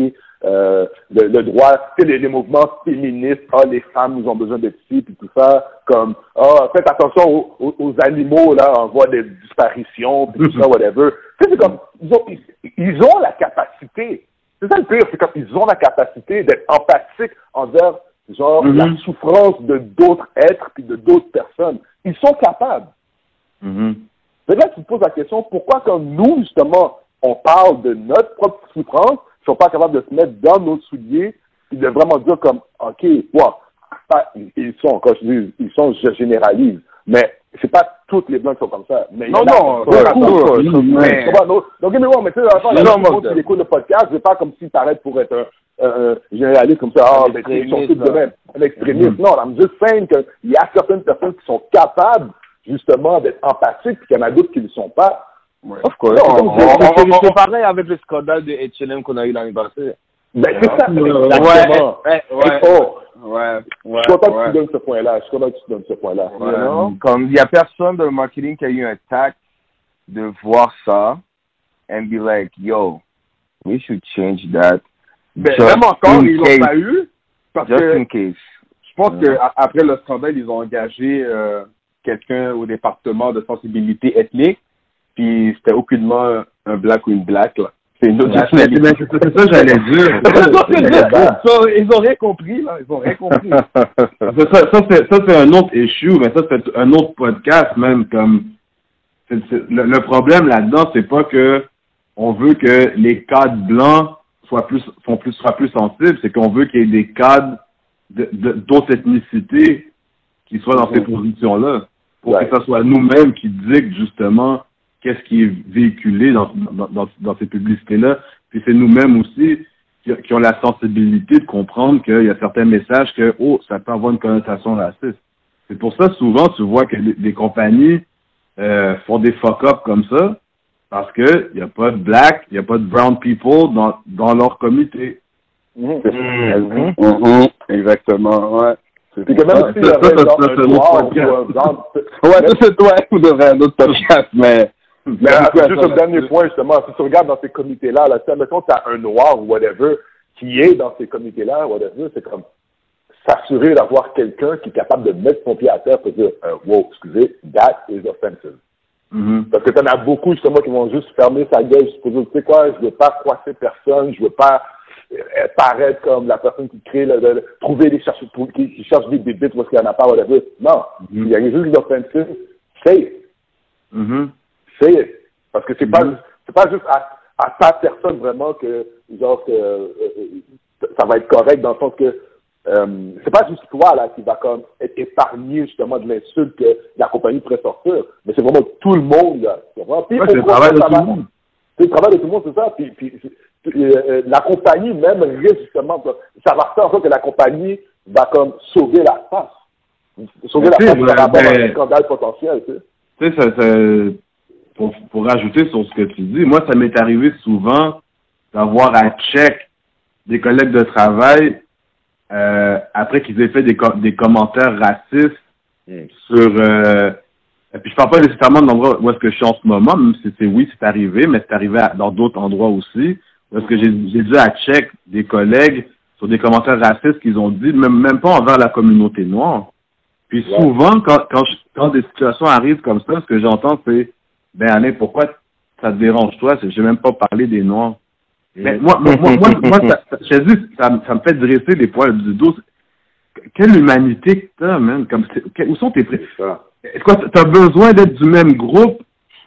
euh, le, le droit, tu sais, les, les mouvements féministes, ah, les femmes, nous ont besoin d'être ici, puis tout ça, comme, ah, faites attention aux, aux, aux animaux, là, on voit des disparitions, puis tout ça, whatever. Tu sais, c'est comme, ils ont, ils, ils ont la capacité, c'est ça le pire, c'est comme, ils ont la capacité d'être empathiques envers, genre, mm-hmm. la souffrance de d'autres êtres, puis de d'autres personnes. Ils sont capables. Mm-hmm. C'est là que tu te poses la question, pourquoi quand nous, justement, on parle de notre propre souffrance, ils sont pas capables de se mettre dans nos souliers et de vraiment dire comme, OK, wow, ils sont, quand je dis, ils sont, je généralise, mais c'est pas toutes les blancs qui sont comme ça. Mais non, non, c'est cool. Donc, mais bon, mais tu sais, à la fin, qui écoute le podcast, c'est pas comme si t'arrêtes pour être un, un, un généraliste comme ça, ah, ben, ils sont tous de même, un extrémiste. Non, I'm just saying qu'il y a certaines personnes qui sont capables, justement, d'être empathiques, puis qu'il y en a d'autres qui ne le sont pas. Ouais. Of course. Non, on, on, on, on pareil avec le scandale de H and M qu'on a eu l'année passée. Ben, c'est ça. Ouais, ouais, ouais. Oh. Ouais, ouais. Je suis content ouais. que tu donnes ce point-là. Je suis content que tu donnes ce point-là. Ouais. You know? Comme il n'y a personne dans le marketing qui a eu un tact de voir ça and be like, yo, we should change that. Ben, même encore, ils l'ont pas eu. Parce Just que in case. Je pense ouais. qu'après le scandale, ils ont engagé euh, quelqu'un au département de sensibilité ethnique. Puis c'était aucunement un black ou une black, là. C'est une autre nationalité. C'est ça que j'allais dire. so, ils ont rien compris, là. Ils ont rien compris. ça, ça, ça, c'est, ça, c'est un autre issue, mais ça, c'est un autre podcast, même, comme, c'est, c'est, le, le problème là-dedans, c'est pas que on veut que les cadres blancs soient plus, sont plus, soient plus sensibles, c'est qu'on veut qu'il y ait des cadres de, de, d'autres ethnicités qui soient dans mm-hmm. ces positions-là. Pour ouais. que ce soit nous-mêmes qui dictent, justement, qu'est-ce qui est véhiculé dans, dans, dans, dans ces publicités-là. Puis c'est nous-mêmes aussi qui, qui ont la sensibilité de comprendre qu'il y a certains messages que, oh, ça peut avoir une connotation raciste. C'est pour ça, souvent, tu vois que des, des compagnies euh, font des fuck-up comme ça parce qu'il n'y a pas de black, il n'y a pas de brown people dans, dans leur comité. Mmh. Mmh. Mmh. Exactement, ouais. Puis que même si il y avait genre un noir ou un blanc... Ouais, ça c'est toi, vous devrez un autre podcast, mais... Mais c'est juste un dernier point, justement. Si tu regardes dans ces comités-là, là, mettons que tu as un noir ou whatever qui est dans ces comités-là, whatever, c'est comme s'assurer d'avoir quelqu'un qui est capable de mettre son pied à terre pour dire euh, « Wow, excusez, that is offensive. Mm-hmm. » Parce que tu en as beaucoup, justement, qui vont juste fermer sa gueule pour dire « Tu sais quoi, je veux pas froisser personne, je veux pas euh, paraître comme la personne qui crée, le, le, trouver des chercheurs, qui, qui cherche des bébites parce qu'il n'y en a pas, whatever. » Non, il mm-hmm. y a juste des offensives. Say it. Mm-hmm. Say it. Parce que c'est pas, mm-hmm. c'est pas juste à, à ta personne vraiment que, genre, que euh, ça va être correct dans le sens que euh, c'est pas juste toi, là, qui va comme être épargné, justement, de l'insulte que la compagnie pourrait sortir. Mais c'est vraiment tout le monde, là. Puis, ouais, c'est le travail de tout le monde. C'est le travail de tout le monde, c'est ça. Puis, puis euh, la compagnie même risque, justement, ça va faire en sorte que la compagnie va comme sauver la face. Sauver mais la face par rapport à un scandale potentiel, tu sais. Tu sais, ça, ça Pour, pour rajouter sur ce que tu dis, moi, ça m'est arrivé souvent d'avoir à check des collègues de travail euh, après qu'ils aient fait des, co- des commentaires racistes mm. sur... Euh, et puis je parle pas nécessairement de l'endroit où est-ce que je suis en ce moment, même si c'est oui, c'est arrivé, mais c'est arrivé à, dans d'autres endroits aussi, parce que j'ai, j'ai dû à check des collègues sur des commentaires racistes qu'ils ont dit, même, même pas envers la communauté noire. Puis ouais. souvent, quand, quand, je, quand des situations arrivent comme ça, ce que j'entends, c'est ben, Alain, pourquoi ça te dérange, toi? Je n'ai même pas parlé des Noirs. Mais moi, moi, moi, moi, moi ça, ça, je dis, ça, ça me fait dresser des poils du dos. Quelle humanité que t'as, man? Comme, où sont tes pré... Est-ce que t'as besoin d'être du même groupe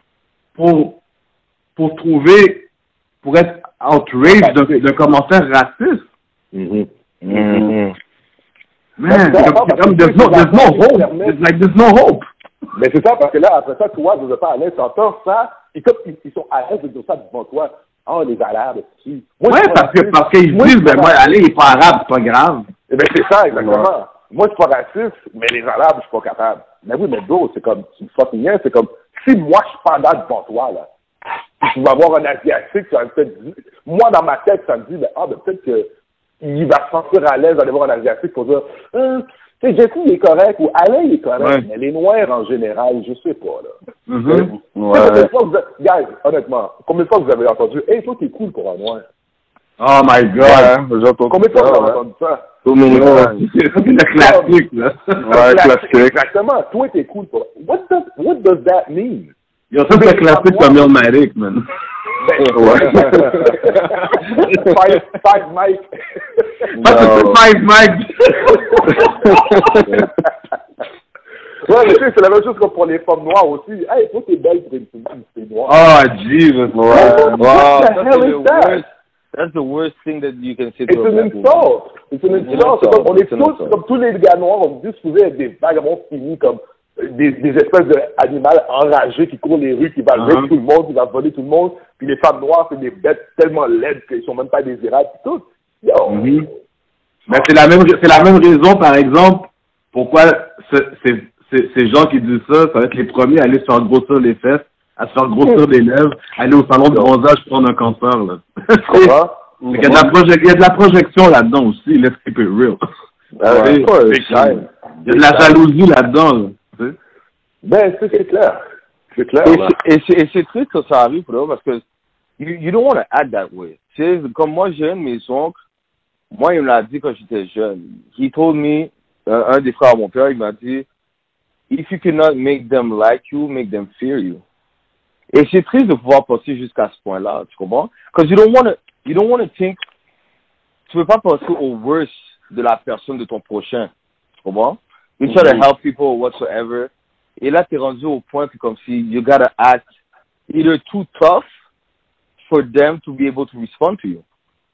pour, pour trouver, pour être outraged de, de commentaires racistes? Mm-hmm. Mm-hmm. Man, c'est comme, comme there's no, there's no hope. It's like there's no hope. Mais c'est ça, parce que là, après ça, toi, je ne veux pas à l'aise, t'entends ça, et comme ils, ils sont à l'aise de dire ça devant toi, oh, les arabes, si. Oui, parce que, parce qu'ils disent, ben, moi, allez, il n'est pas arabe, c'est pas grave. Eh ben, c'est ça, exactement. Ouais. Moi, je suis pas raciste, mais les arabes, je suis pas capable. Mais oui, mais bro, c'est comme, c'est une fucking rien, c'est comme, si moi, je suis pas là devant toi, là, tu vas voir un asiatique, ça me fait, moi, dans ma tête, ça me dit, ben, ah, ben, peut-être que, il va se sentir à l'aise d'aller voir un asiatique pour dire, hum, tu sais, Jesse, il est correct, ou Alain, il est correct, ouais. mais les Noirs, en général, je sais pas, là. Mm-hmm. Ouais. Combien de fois vous avez, guys, honnêtement, combien de fois vous avez entendu, hey, toi, t'es cool pour un Noir? Oh my God! Ouais, j'entends Combien de fois ça, vous avez ouais. entendu ça? Tout le monde. C'est le classique, là. Ouais, classique. Exactement. Toi, t'es cool. Toi. What does, what does that mean? Yo, ça, c'est classique comme Illmatic, man. Five, five Mike. Ah, c'est Five Mike! Ouais, mais tu sais, c'est la même chose comme pour les femmes noires aussi. Hey, toi, t'es belle pour une femme, t'es noire. Oh, Jesus. Ouais. What Wow, the that's hell the is that? worst. That's the worst thing that you can say It's to a an black woman. insult. It's an insult. C'est comme, on est It's an tous, insult. comme tous les gars noirs, on dit supposés être des vagabonds finis, comme des, des espèces d'animaux enragés qui courent les rues, qui va Uh-huh. uh tout le monde, qui va voler tout le monde. Puis les femmes noires, c'est des bêtes tellement laides qu'ils sont même pas désirables. Puis tout. Yo. Mhm. Mais c'est la même, c'est la même raison, par exemple, pourquoi ce, ces, ces, ces gens qui disent ça, ça va être les premiers à aller se faire grossir les fesses, à se faire grossir les lèvres, aller au salon de bronzage prendre un cancer, là. Tu comprends? Il y a de la, proje- il y a de la projection là-dedans aussi, let's keep it real. Ah, Ouais. c'est quoi, Il y a de la jalousie là-dedans, là. Tu sais? Ben, c'est c'est clair. C'est clair. Et là. c'est- et c'est et c'est triste que ça arrive, là, parce que you, you don't want to act that way. Tu sais, comme moi, j'ai un de mes oncles, moi, il me l'a dit quand j'étais jeune. He told me, un, un des frères à mon père, il m'a dit, if you cannot make them like you, make them fear you. Et c'est triste de pouvoir passer jusqu'à ce point-là, tu comprends? Because you don't want to, you don't want to think, tu veux pas penser au worst de la personne de ton prochain, tu comprends? You try to help people or whatsoever. Et là, t'es rendu au point que comme si you gotta act either too tough for them to be able to respond to you.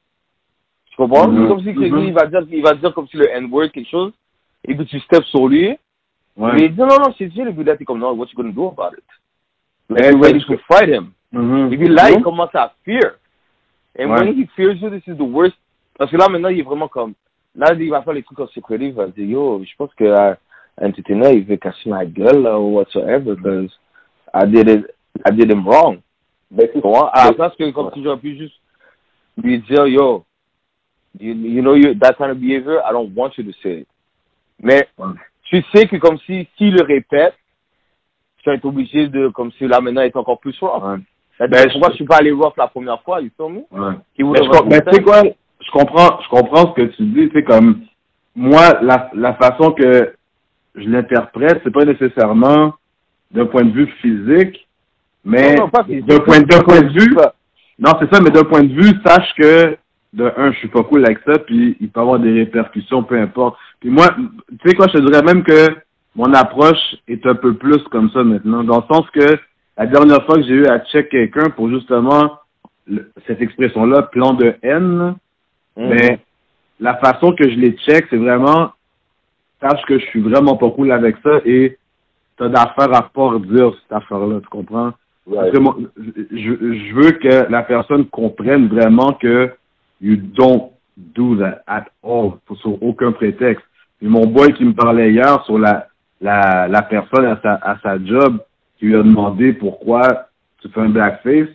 Tu comprends? Mm-hmm. C'est comme si quelqu'un, il va dire, il va dire comme si le N-word quelque chose, et puis tu steps sur lui, Ouais. mais il dit non, non, c'est sûr, le gars, t'es comme non, what you gonna do about it? Like, Eh, you're ready parce to fight him. Mhm. Et puis là, il Mhm. commence à fear. And Ouais. when he fears you, this is the worst. Parce que là, maintenant, il est vraiment comme, là, il va faire les trucs en secret, il va dire, yo, je pense que euh, Entertainer, il veut casser ma gueule, là, ou whatsoever, because I did it, I did him wrong. Ben, c'est Tu vois? À la place que, comme si j'aurais pu juste lui dire, yo, you, you know, you, that kind of behavior, I don't want you to say it. Mais, tu sais que comme si, s'il le répète, tu vas être obligé de, comme si là, maintenant, être encore plus rough. Ouais. Ben, Ben, pourquoi je- je suis pas allé rough la première fois, you feel me? Ouais. He Mais, would je, have com- mais tu sais quoi, je comprends, je comprends ce que tu dis, c'est comme, moi, la, la façon que je l'interprète, c'est pas nécessairement d'un point de vue physique, mais Non, non, pas physique. d'un point, d'un point de vue, non, c'est ça, mais d'un point de vue, sache que, de un, je suis pas cool avec ça, puis il peut y avoir des répercussions, peu importe. Puis moi, tu sais quoi, je te dirais même que mon approche est un peu plus comme ça maintenant, dans le sens que la dernière fois que j'ai eu à check quelqu'un pour justement le- cette expression-là, plan de haine, là, Mhm. mais la façon que je les check, c'est vraiment, sache que je suis vraiment pas cool avec ça et t'as d'affaires à pas redire cette affaire-là, tu comprends? Parce que moi, je, je veux que la personne comprenne vraiment que you don't do that at all, sur aucun prétexte. Et mon boy qui me parlait hier sur la, la, la personne à sa, à sa job, qui lui a demandé pourquoi tu fais un blackface,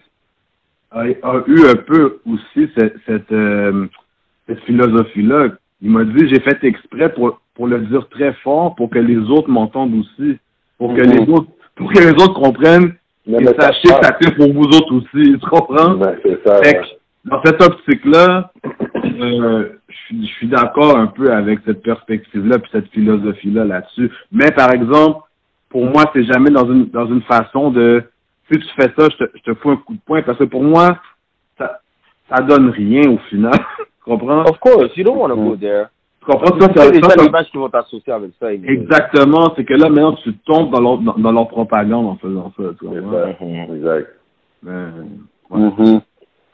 a, a eu un peu aussi cette, cette, euh, cette philosophie-là. Il m'a dit, j'ai fait exprès pour, pour le dire très fort, pour que les autres m'entendent aussi, pour que Mhm. les autres, pour que les autres comprennent Ne et me sachez tape que pas. ça fait pour vous autres aussi, tu comprends? Ben, c'est ça. Fait ouais. que, dans cette optique-là, euh, je suis- je suis d'accord un peu avec cette perspective-là puis cette philosophie-là là-dessus. Mais par exemple, pour moi, c'est jamais dans une dans une façon de si tu fais ça, je te, je te fous un coup de poing parce que pour moi, ça ça donne rien au final. Tu comprends? Of course, you don't want to go there. Tu comprends ça? C'est ça, déjà ça, ça- l'image qui vont t'associer avec ça. Exactement, c'est que là maintenant tu tombes dans leur dans, dans leur propagande en faisant ça. Tu C'est comprends? ça. Exact. Mais, ouais. Mm-hmm.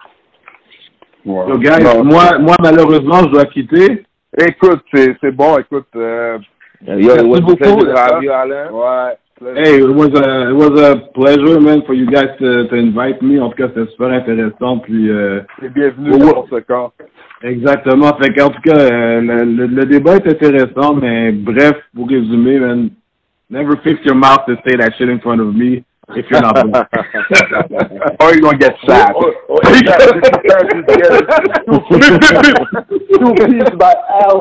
Ouais. So, guys, Non. moi moi malheureusement je dois quitter. Écoute, c'est c'est bon, écoute. Euh, Yo, Merci it was a beaucoup. pleasure to have you, Alain. ouais. Hey, it was a it was a pleasure, man, for you guys to, to invite me. En tout cas, c'était super intéressant. Puis, euh, C'est bienvenu Ouais. dans ce cas. exactement. Fait qu'en tout cas, euh, le, le, le débat est intéressant, mais bref, pour résumer, man, never fix your mouth to say that shit in front of me if you're not black. Or you're gonna get slapped. Oh, oh, Two piece by Al.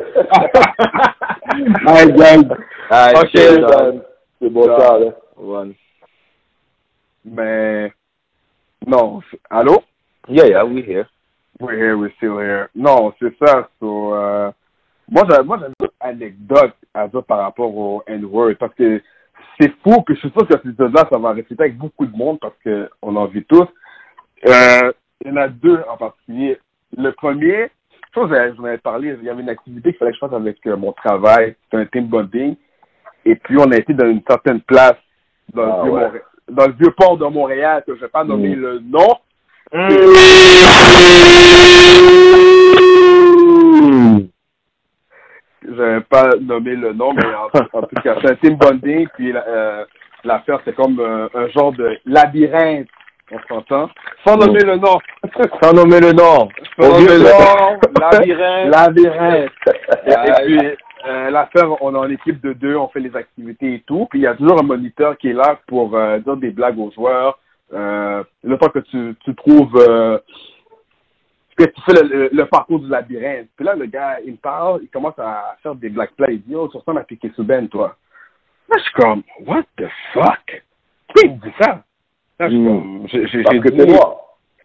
Alright, guys. Alright, Ok, cheers, man. C'est bon ça, là. One. Mais, non. c'est- Allô? Yeah, yeah, we here. We're here, we're still here. Non, c'est ça. So, euh, moi, j'ai, moi, j'ai une autre anecdote à dire par rapport au N-word parce que c'est fou, puis je suis sûr que cet épisode-là, ça va rester avec beaucoup de monde parce qu'on en vit tous. Euh, il y en a deux en particulier. Le premier, je pense que j'en avais parlé, il y avait une activité qu'il fallait que je fasse avec euh, mon travail. C'était un team bonding. Et puis, on a été dans une certaine place dans, Ah, le, vieux ouais. Montré- dans le vieux port de Montréal, que je ne vais pas nommer Mm. le nom. Je vais pas nommer le nom, mais en, en tout cas, c'est un team bonding. Puis euh, l'affaire, c'est comme euh, un genre de labyrinthe, on s'entend. Sans nommer le nom. Sans nommer le nom. Sans Au nommer lieu le de- nom, labyrinthe. Labyrinthe. Et, et puis, euh, l'affaire, on est en équipe de deux, on fait les activités et tout. Puis il y a toujours un moniteur qui est là pour euh, dire des blagues aux joueurs. Euh, le temps que tu, tu trouves... Euh, que tu fais le, le, le parcours du labyrinthe. Puis là, le gars, il me parle, il commence à faire des black plays. Il dit, oh, tu ressembles à Piqué Souben, toi. Là, je suis comme, what the fuck? Pourquoi il me dit ça? Là, je suis Mm. comme, j'ai, j'ai, Parce j'ai que dit, c'est moi.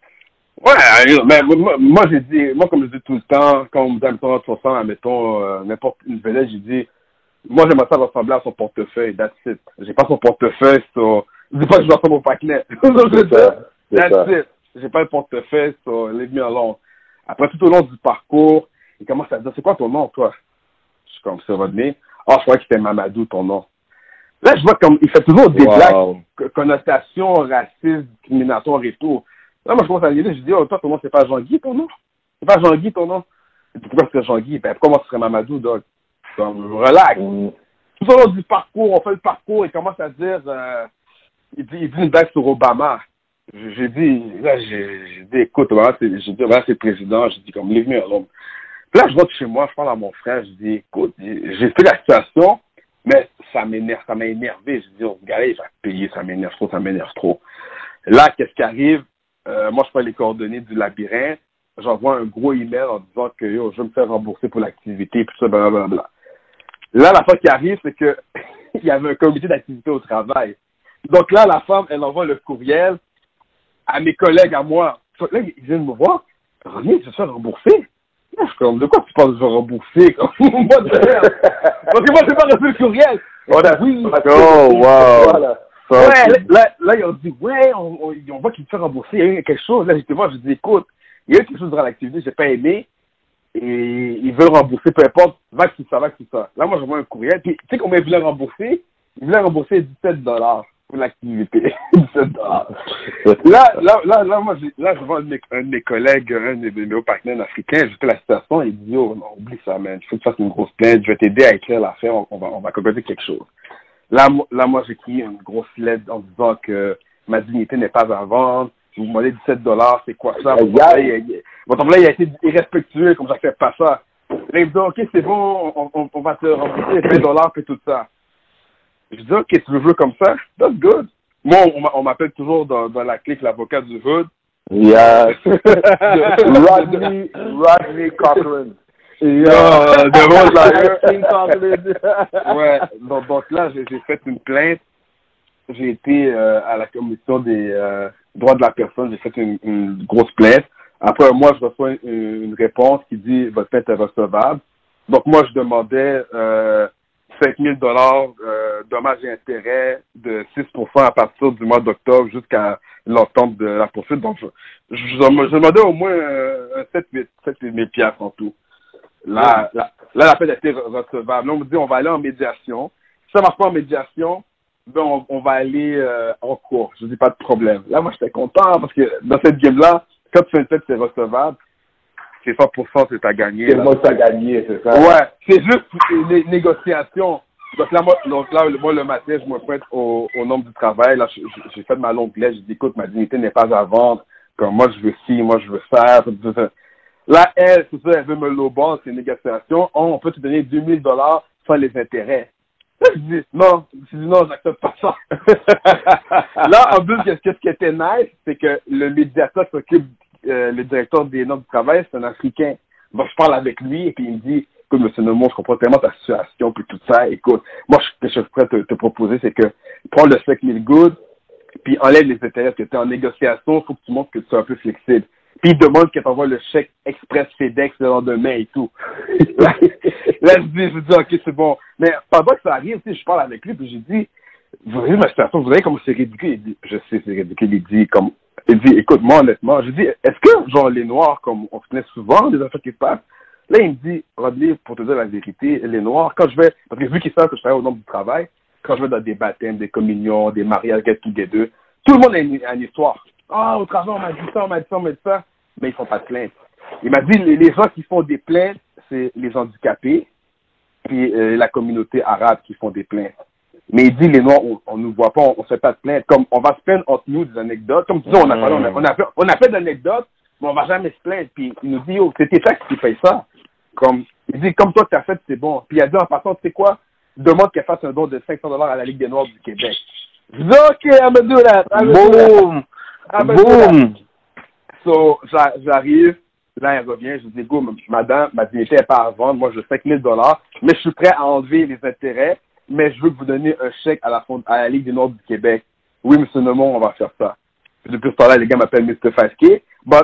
ouais, mais moi, moi, j'ai dit, moi, comme je dis tout le temps, quand on me dit, mettons, tu ressembles à, mettons, euh, n'importe une vedette, j'ai dit, moi, j'aimerais ça ressembler à son portefeuille, that's it. J'ai pas son portefeuille, so, je dis pas que je ressemble au Pacnet. C'est ça. C'est That's ça. it. J'ai pas le portefeuille, so leave me alone. Après, tout au long du parcours, il commence à dire, c'est quoi ton nom, toi? Je suis comme, c'est Rodney. Ah, je crois que c'était Mamadou, ton nom. Là, je vois comme, il fait toujours des Wow. blagues, co- connotations racistes, discriminatoires et tout. Là, moi, je commence à dire, je dis, oh, toi, ton nom, c'est pas Jean-Guy, ton nom? C'est pas Jean-Guy, ton nom? Je dis, pourquoi c'est Jean-Guy? Ben, pourquoi moi, ce serait Mamadou, donc? Comme, relax. Mm. Tout au long du parcours, on fait le parcours, il commence à dire, euh, il dit, il dit une blague sur Obama. J'ai j'ai dit, là, j'ai j'ai dit, écoute, voilà, c'est, j'ai dit, voilà, c'est le président. J'ai dit, comme, leave me alone. Puis là, je rentre chez moi, je parle à mon frère, je dis, écoute, j'ai fait la situation, mais ça m'énerve, ça m'a énervé. Je dis, oh, regardez, il va payer, ça m'énerve trop, ça m'énerve trop. Là, qu'est-ce qui arrive? Euh, moi, je prends les coordonnées du labyrinthe, j'envoie un gros email en disant que, yo, je vais me faire rembourser pour l'activité, puis ça, blablabla. Là, la fois qui arrive, c'est que il y avait un comité d'activité au travail. Donc là, la femme, elle envoie le courriel à mes collègues, à moi. Là, ils viennent me voir. René, tu vas te faire rembourser? Là, je suis comme, de quoi tu penses de faire rembourser? Comme, moi, de merde. Parce que moi, j'ai pas reçu le courriel. On a oui. Oh, wow. Voilà. Ouais, là, là, là, ils ont dit, ouais, on, on, on voit qu'il te fait rembourser. Il y a eu quelque chose. Là, j'étais voir, je dis, écoute, il y a eu quelque chose durant l'activité, j'ai pas aimé. Et ils veulent rembourser, peu importe, va que tout ça, va que tout ça. Là, moi, j'envoie un courriel. Puis, tu sais combien ils voulaient rembourser? Ils voulaient rembourser dix-sept dollars pour l'activité. dix-sept dollars. Là, là, là, là, moi, j'ai, là, je vois un de mes, un de mes collègues, un de mes, mes partenaires africains, j'ai fait la situation, il dit, oh, non, oublie ça, man, il faut que tu fasses une grosse plainte, je vais t'aider à écrire l'affaire, on, on va, on va concocter quelque chose. Là, moi, là, moi, j'écris une grosse lettre en disant que ma dignité n'est pas à vendre, si vous me demandez dix-sept dollars, c'est quoi ça? Votre employé, il, votre employé, il a été irrespectueux, comme j'accepte pas ça. Là, il me dit, ok, c'est bon, on, on, on va te rembourser vingt dollars et tout ça. Je dis, ok, tu veux jouer comme ça? That's good. Moi, on, on m'appelle toujours dans, dans la clique l'avocat du hood. Yeah. Rodney, Rodney Cochran. Yeah, the road liar. King Cochran. Ouais, donc, donc là, j'ai, j'ai fait une plainte. J'ai été euh, à la commission des euh, droits de la personne, j'ai fait une, une grosse plainte. Après un mois, je reçois une, une réponse qui dit « Votre plainte est recevable ». Donc moi, je demandais euh, cinq mille dollars euh, dommages et intérêts de six pour cent à partir du mois d'octobre jusqu'à l'entente de la poursuite. Donc je, je, je, je demandais au moins euh, sept mille piastres en tout. Là, là, là, la plainte a été recevable. Là, on me dit on va aller en médiation. Si ça marche pas en médiation, ben on, on va aller euh, en cours. Je dis pas de problème. Là, moi, j'étais content parce que dans cette game-là, quand tu fais une tête, c'est recevable. C'est cent pour cent c'est à gagner. C'est moi qui as gagné, c'est ça? Ouais, c'est juste les négociations. Donc là, moi, donc là, moi, le matin, je me pointe au, au nombre du travail. Là, j'ai fait ma longue lettre. J'ai dit, écoute, ma dignité n'est pas à vendre. Comme moi, je veux ci, moi, je veux ça. Là, elle, c'est ça, elle veut me lowball, c'est une négociation. Oh, on peut te donner deux mille dollars sans les intérêts. Là, je dis, non, je dis, non, j'accepte pas ça. Là, en plus, qu'est-ce qui était nice, c'est que le médiateur qui s'occupe, euh, le directeur des normes du travail, c'est un Africain. Bon, je parle avec lui, et puis il me dit, écoute, monsieur Nemo, je comprends tellement ta situation, puis tout ça, écoute, moi, ce que je suis prêt à te, te proposer, c'est que prends le cinq mille good, puis enlève les intérêts, que tu es en négociation, il faut que tu montres que tu es un peu flexible. Puis il demande qu'elle t'envoie le chèque express FedEx le lendemain et tout. là, là, je dis, je dis, ok, c'est bon. Mais pendant que ça arrive, tu sais, je parle avec lui, puis j'ai dit, vous voyez ma situation, vous voyez comment c'est ridicule. Il dit, je sais, c'est ridicule. Il dit, comme, il dit, écoute, moi, honnêtement, je dis, est-ce que, genre, les Noirs, comme on se connaît souvent, des affaires qui se passent, là, il me dit, Rodney, pour te dire la vérité, les Noirs, quand je vais, parce que vu qu'ils savent que je travaille au nombre du travail, quand je vais dans des baptêmes, des communions, des mariages, get together, tout le monde a une, a une histoire. Ah, au travail, on m'a dit ça, on m'a dit ça, on m'a dit ça, mais ils font pas de plainte. Il m'a dit, les, les gens qui font des plaintes, c'est les handicapés, puis euh, la communauté arabe qui font des plaintes. Mais il dit, les Noirs, on ne nous voit pas, on ne fait pas de plainte. Comme, on va se plaindre entre nous des anecdotes. Comme tu dis, on a, on a, on a, fait, on a fait d'anecdotes, mais on va jamais se plaindre. Puis il nous dit, yo, c'est tes taxes qui payent ça. Comme, il dit, comme toi, tu as fait, c'est bon. Puis il a dit, en passant, tu sais quoi? Demande qu'elle fasse un don de cinq cents dollars à la Ligue des Noirs du Québec. Je dis, OK, I'm gonna do that. I'm gonna Boom! I'm gonna do that. Boom! So, j'arrive, là, elle revient, je dis, go, madame, ma dignité n'est pas à vendre, moi, je veux cinq mille dollars, mais je suis prêt à enlever les intérêts, mais je veux que vous donniez un chèque à la, fond, à la Ligue des Noirs du Québec. Oui, monsieur Nemont, on va faire ça. Puis depuis ce temps-là, les gars m'appellent mister five K, but,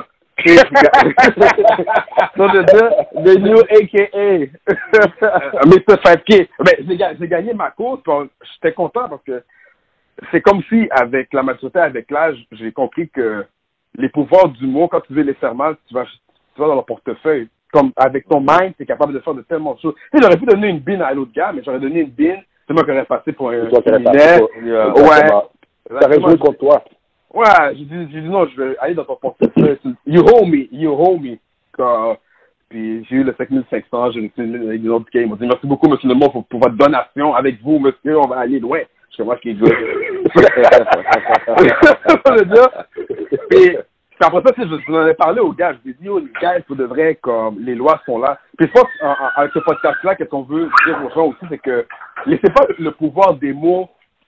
so the, the new A K A, mister five K. Ben, j'ai gagné ma course, puis j'étais content parce que c'est comme si, avec la maturité, avec l'âge, j'ai compris que les pouvoirs du mot, quand tu veux les faire mal, tu vas, tu vas dans leur portefeuille. Comme avec ton mind, tu es capable de faire de tellement de choses. Tu sais, j'aurais pu donner une bine à l'autre gars, mais j'aurais donné une bine, c'est moi qui aurais passé pour un criminel. Ouais. Ça aurait joué contre toi. Ouais, j'ai dit, j'ai dit non, je vais aller dans ton portefeuille. You hold me, you hold me. Quand, puis j'ai eu le cinq mille cinq cents, j'ai reçu les autres qui m'ont dit merci beaucoup, monsieur Lemont, pour, pour votre donation. Avec vous, monsieur, on va aller loin. Je sais moi qui est dur. Puis après ça, je vous en ai parlé aux gars. Je lui ai dit, oh, les gars, il faut de vrai, comme les lois sont là. Puis je pense, avec ce podcast-là, qu'est-ce qu'on veut dire aux gens aussi, c'est que laissez pas le pouvoir des mots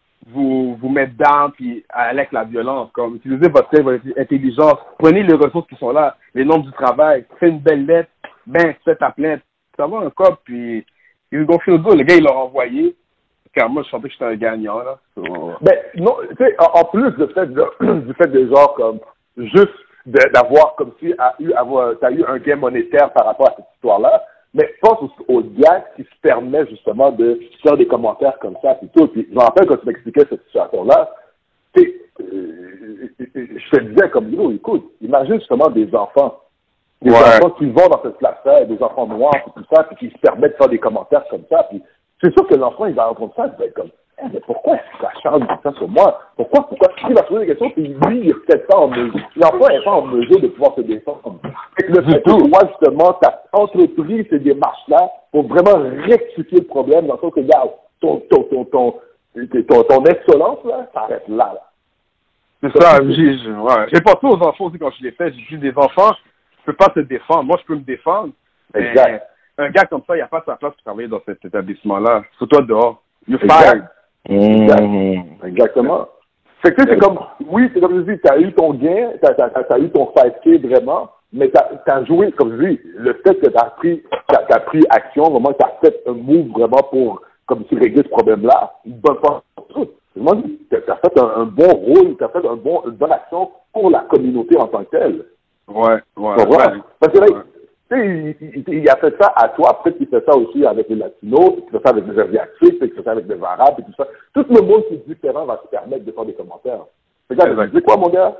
vous vous mettre down puis aller avec la violence. Comme utilisez votre intelligence, prenez les ressources qui sont là, les nombres du travail, fais une belle lettre, ben fais ta plainte, ça va un cop puis ils ont fait le dos, le gars il l'a envoyé. Car moi je sentais que j'étais un gagnant là. So... Ben non, tu sais, en, en plus de fait de, du fait de genre comme juste d'avoir comme si a eu avoir t'as eu un gain monétaire par rapport à cette histoire-là. Mais pense au, au gars qui se permet justement de faire des commentaires comme ça et tout. Puis je me rappelle quand tu m'expliquais cette situation-là, tu sais, euh, je te disais comme yo, écoute, imagine justement des enfants, des ouais. enfants qui vont dans cette classe-là, des enfants noirs et tout ça, puis qui se permettent de faire des commentaires comme ça. Puis c'est sûr que l'enfant il va entendre ça, il va être comme eh, mais pourquoi est-ce que ça change comme ça sur moi? Pourquoi, pourquoi il va se poser des questions, puis lui, il n'est peut-être pas en mesure. L'enfant n'est pas en mesure de pouvoir se défendre. Le fait que toi, justement, tu as entrepris ces démarches-là pour vraiment rectifier le problème, dans le sens que, regarde, ton, ton, ton, ton, ton, ton insolence, là, ça arrête là, là. C'est ça, j'ai, ouais. J'ai pensé aux enfants aussi quand je l'ai fait. J'ai dit, des enfants, je peux pas se défendre. Moi, je peux me défendre. Exact. Un gars comme ça, il n'y a pas sa place pour travailler dans cet établissement-là. C'est toi dehors. You're fired. Exact. Mmh. Exactement. Fait que tu sais, c'est comme, oui, c'est comme je dis, t'as eu ton gain, t'as, t'as, t'as eu ton five K vraiment, mais t'as, t'as joué, comme je dis, le fait que t'as pris, t'as, t'as pris action, vraiment, t'as fait un move vraiment pour, comme si régler ce problème-là, une bonne fois pour tout. Moi, t'as, t'as fait un, un bon rôle, t'as fait un bon, une bonne action pour la communauté en tant que telle. Ouais, ouais. Donc, voilà. Ouais. Parce que là, ouais. Tu sais, il, il, il a fait ça à toi, peut-être qu'il fait ça aussi avec les Latinos, qu'il fait ça avec les Asiatiques, qu'il fait ça avec les Arabes et tout ça. Tout le monde qui est différent va se permettre de faire des commentaires. Fait que là, tu sais quoi, mon gars?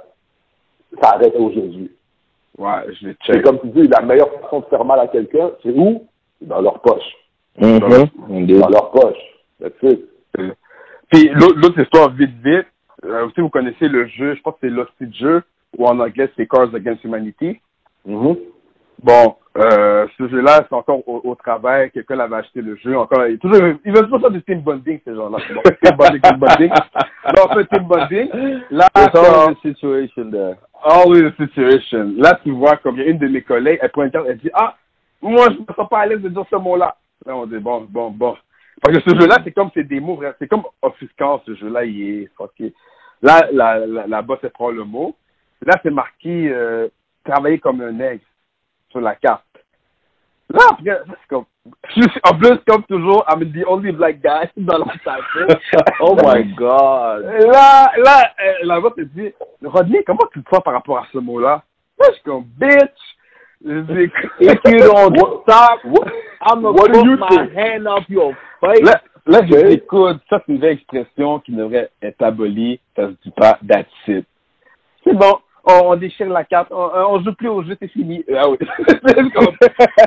Ça arrête aujourd'hui. Ouais, je l'ai check. Et comme tu dis, la meilleure façon de faire mal à quelqu'un, c'est où? C'est dans leur poche. Mm-hmm. Dans, leur, dans leur poche. That's it. Puis l'autre, l'autre histoire, vite, vite, euh, aussi vous connaissez le jeu, je pense que c'est l'hostie de jeu, ou en anglais c'est Cards Against Humanity. Mm-hmm. Bon, euh, ce jeu-là, c'est encore au, au travail. Quelqu'un l'avait acheté le jeu. Encore, il, toujours, ils veulent toujours faire du team bonding, ces gens-là. Bon, team bonding, team bonding. Là, on fait team bonding. Là, c'est always the situation there. Always the situation. Là, tu vois, comme il y a une de mes collègues, elle prend une carte, elle dit, ah, moi, je ne me sens pas à l'aise de dire ce mot-là. Là, on dit, bon, bon, bon. Parce que ce jeu-là, c'est comme, c'est des mots, c'est comme offusquant, ce jeu-là, il est fucké. Là, la, la, la boss, elle prend le mot. Là, c'est marqué, euh, travailler comme un nègre. Sur la carte. Là, après, c'est comme, en plus, comme toujours, I'm the only black guy dans la table. Oh my God. Là, là, la voix te dit, Rodney, comment tu te sens par rapport à ce mot-là? Moi, je suis comme, bitch. If you don't stop, I'm gonna what do put you my think? hand up your face. Là, là je dis, écoute, ça, c'est une vraie expression qui devrait être abolie. Ça se dit pas, that's it. C'est bon, on, on déchire la carte, on, on joue plus au jeu, c'est fini. Ah oui. C'est comme...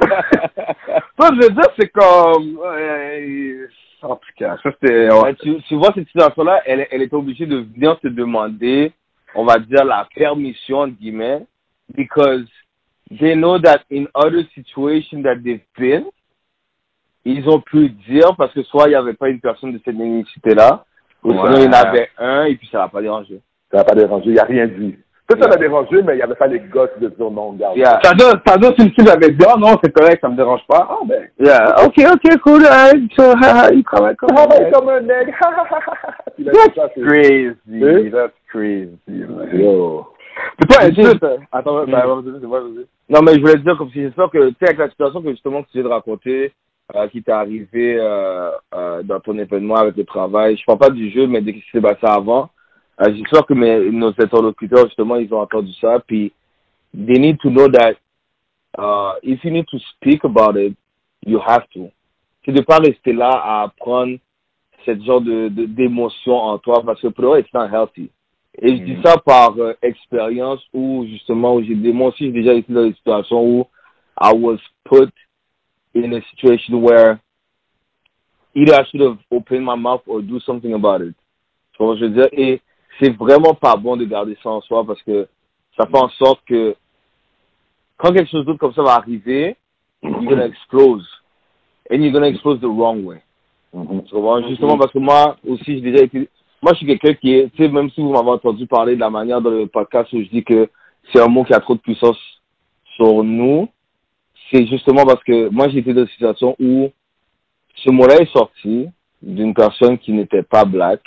Toi, je veux dire, c'est comme... Euh, en tout cas, ça c'était... Ouais. Tu, tu vois, cette situation-là, elle, elle est obligée de venir te demander, on va dire, la permission, entre guillemets, because they know that in other situations that they've been, ils ont pu dire, parce que soit il n'y avait pas une personne de cette ethnicité-là, ou sinon il y en avait un, et puis ça l'a pas dérangé. Ça n'a pas dérangé, il n'a rien dit. Peut-être ça m'a dérangé, mais il n'y avait pas les gosses de dire non, regarde. Yeah. Ça donne, ça donne si le type avait dit, oh non, c'est correct, ça me dérange pas. Ah ben. Yeah, ok, ok, cool, right. So, haha, il travaille comme Ah, un ben, mec. comme un nègre. Il a dit That's ça, c'est- crazy, Eh? that's crazy. Man. Yo. Mais toi, Mais est-ce juste, que... attends, Mm. bah, vas-y, vas-y, vas-y. Non, mais je voulais te dire, comme si j'espère que, tu sais, avec la situation que justement que tu viens de raconter, euh, qui t'est arrivé euh, euh, dans ton événement avec le travail, je parle pas du jeu, mais de ce qui s'est passé avant, euh, j'espère que mes, nos interlocuteurs, justement, ils ont entendu ça, puis they need to know that uh, if you need to speak about it, you have to. C'est de pas rester là à apprendre cette genre de, de, d'émotion en toi, parce que pour eux, it's not healthy. Et je dis ça par euh, expérience où, justement, où j'ai, moi aussi, j'ai déjà été dans des situations où I was put in a situation where either I should have opened my mouth or do something about it. Tu vois ce que je veux dire? Et c'est vraiment pas bon de garder ça en soi parce que ça fait en sorte que quand quelque chose d'autre comme ça va arriver, you're gonna explode. And you're gonna explode the wrong way. Tu vois? Justement parce que moi aussi, j'ai déjà été... Moi, je suis quelqu'un qui est... Tu sais, même si vous m'avez entendu parler de la manière dans le podcast où je dis que c'est un mot qui a trop de puissance sur nous, c'est justement parce que moi, j'ai été dans une situation où ce mot-là est sorti d'une personne qui n'était pas black.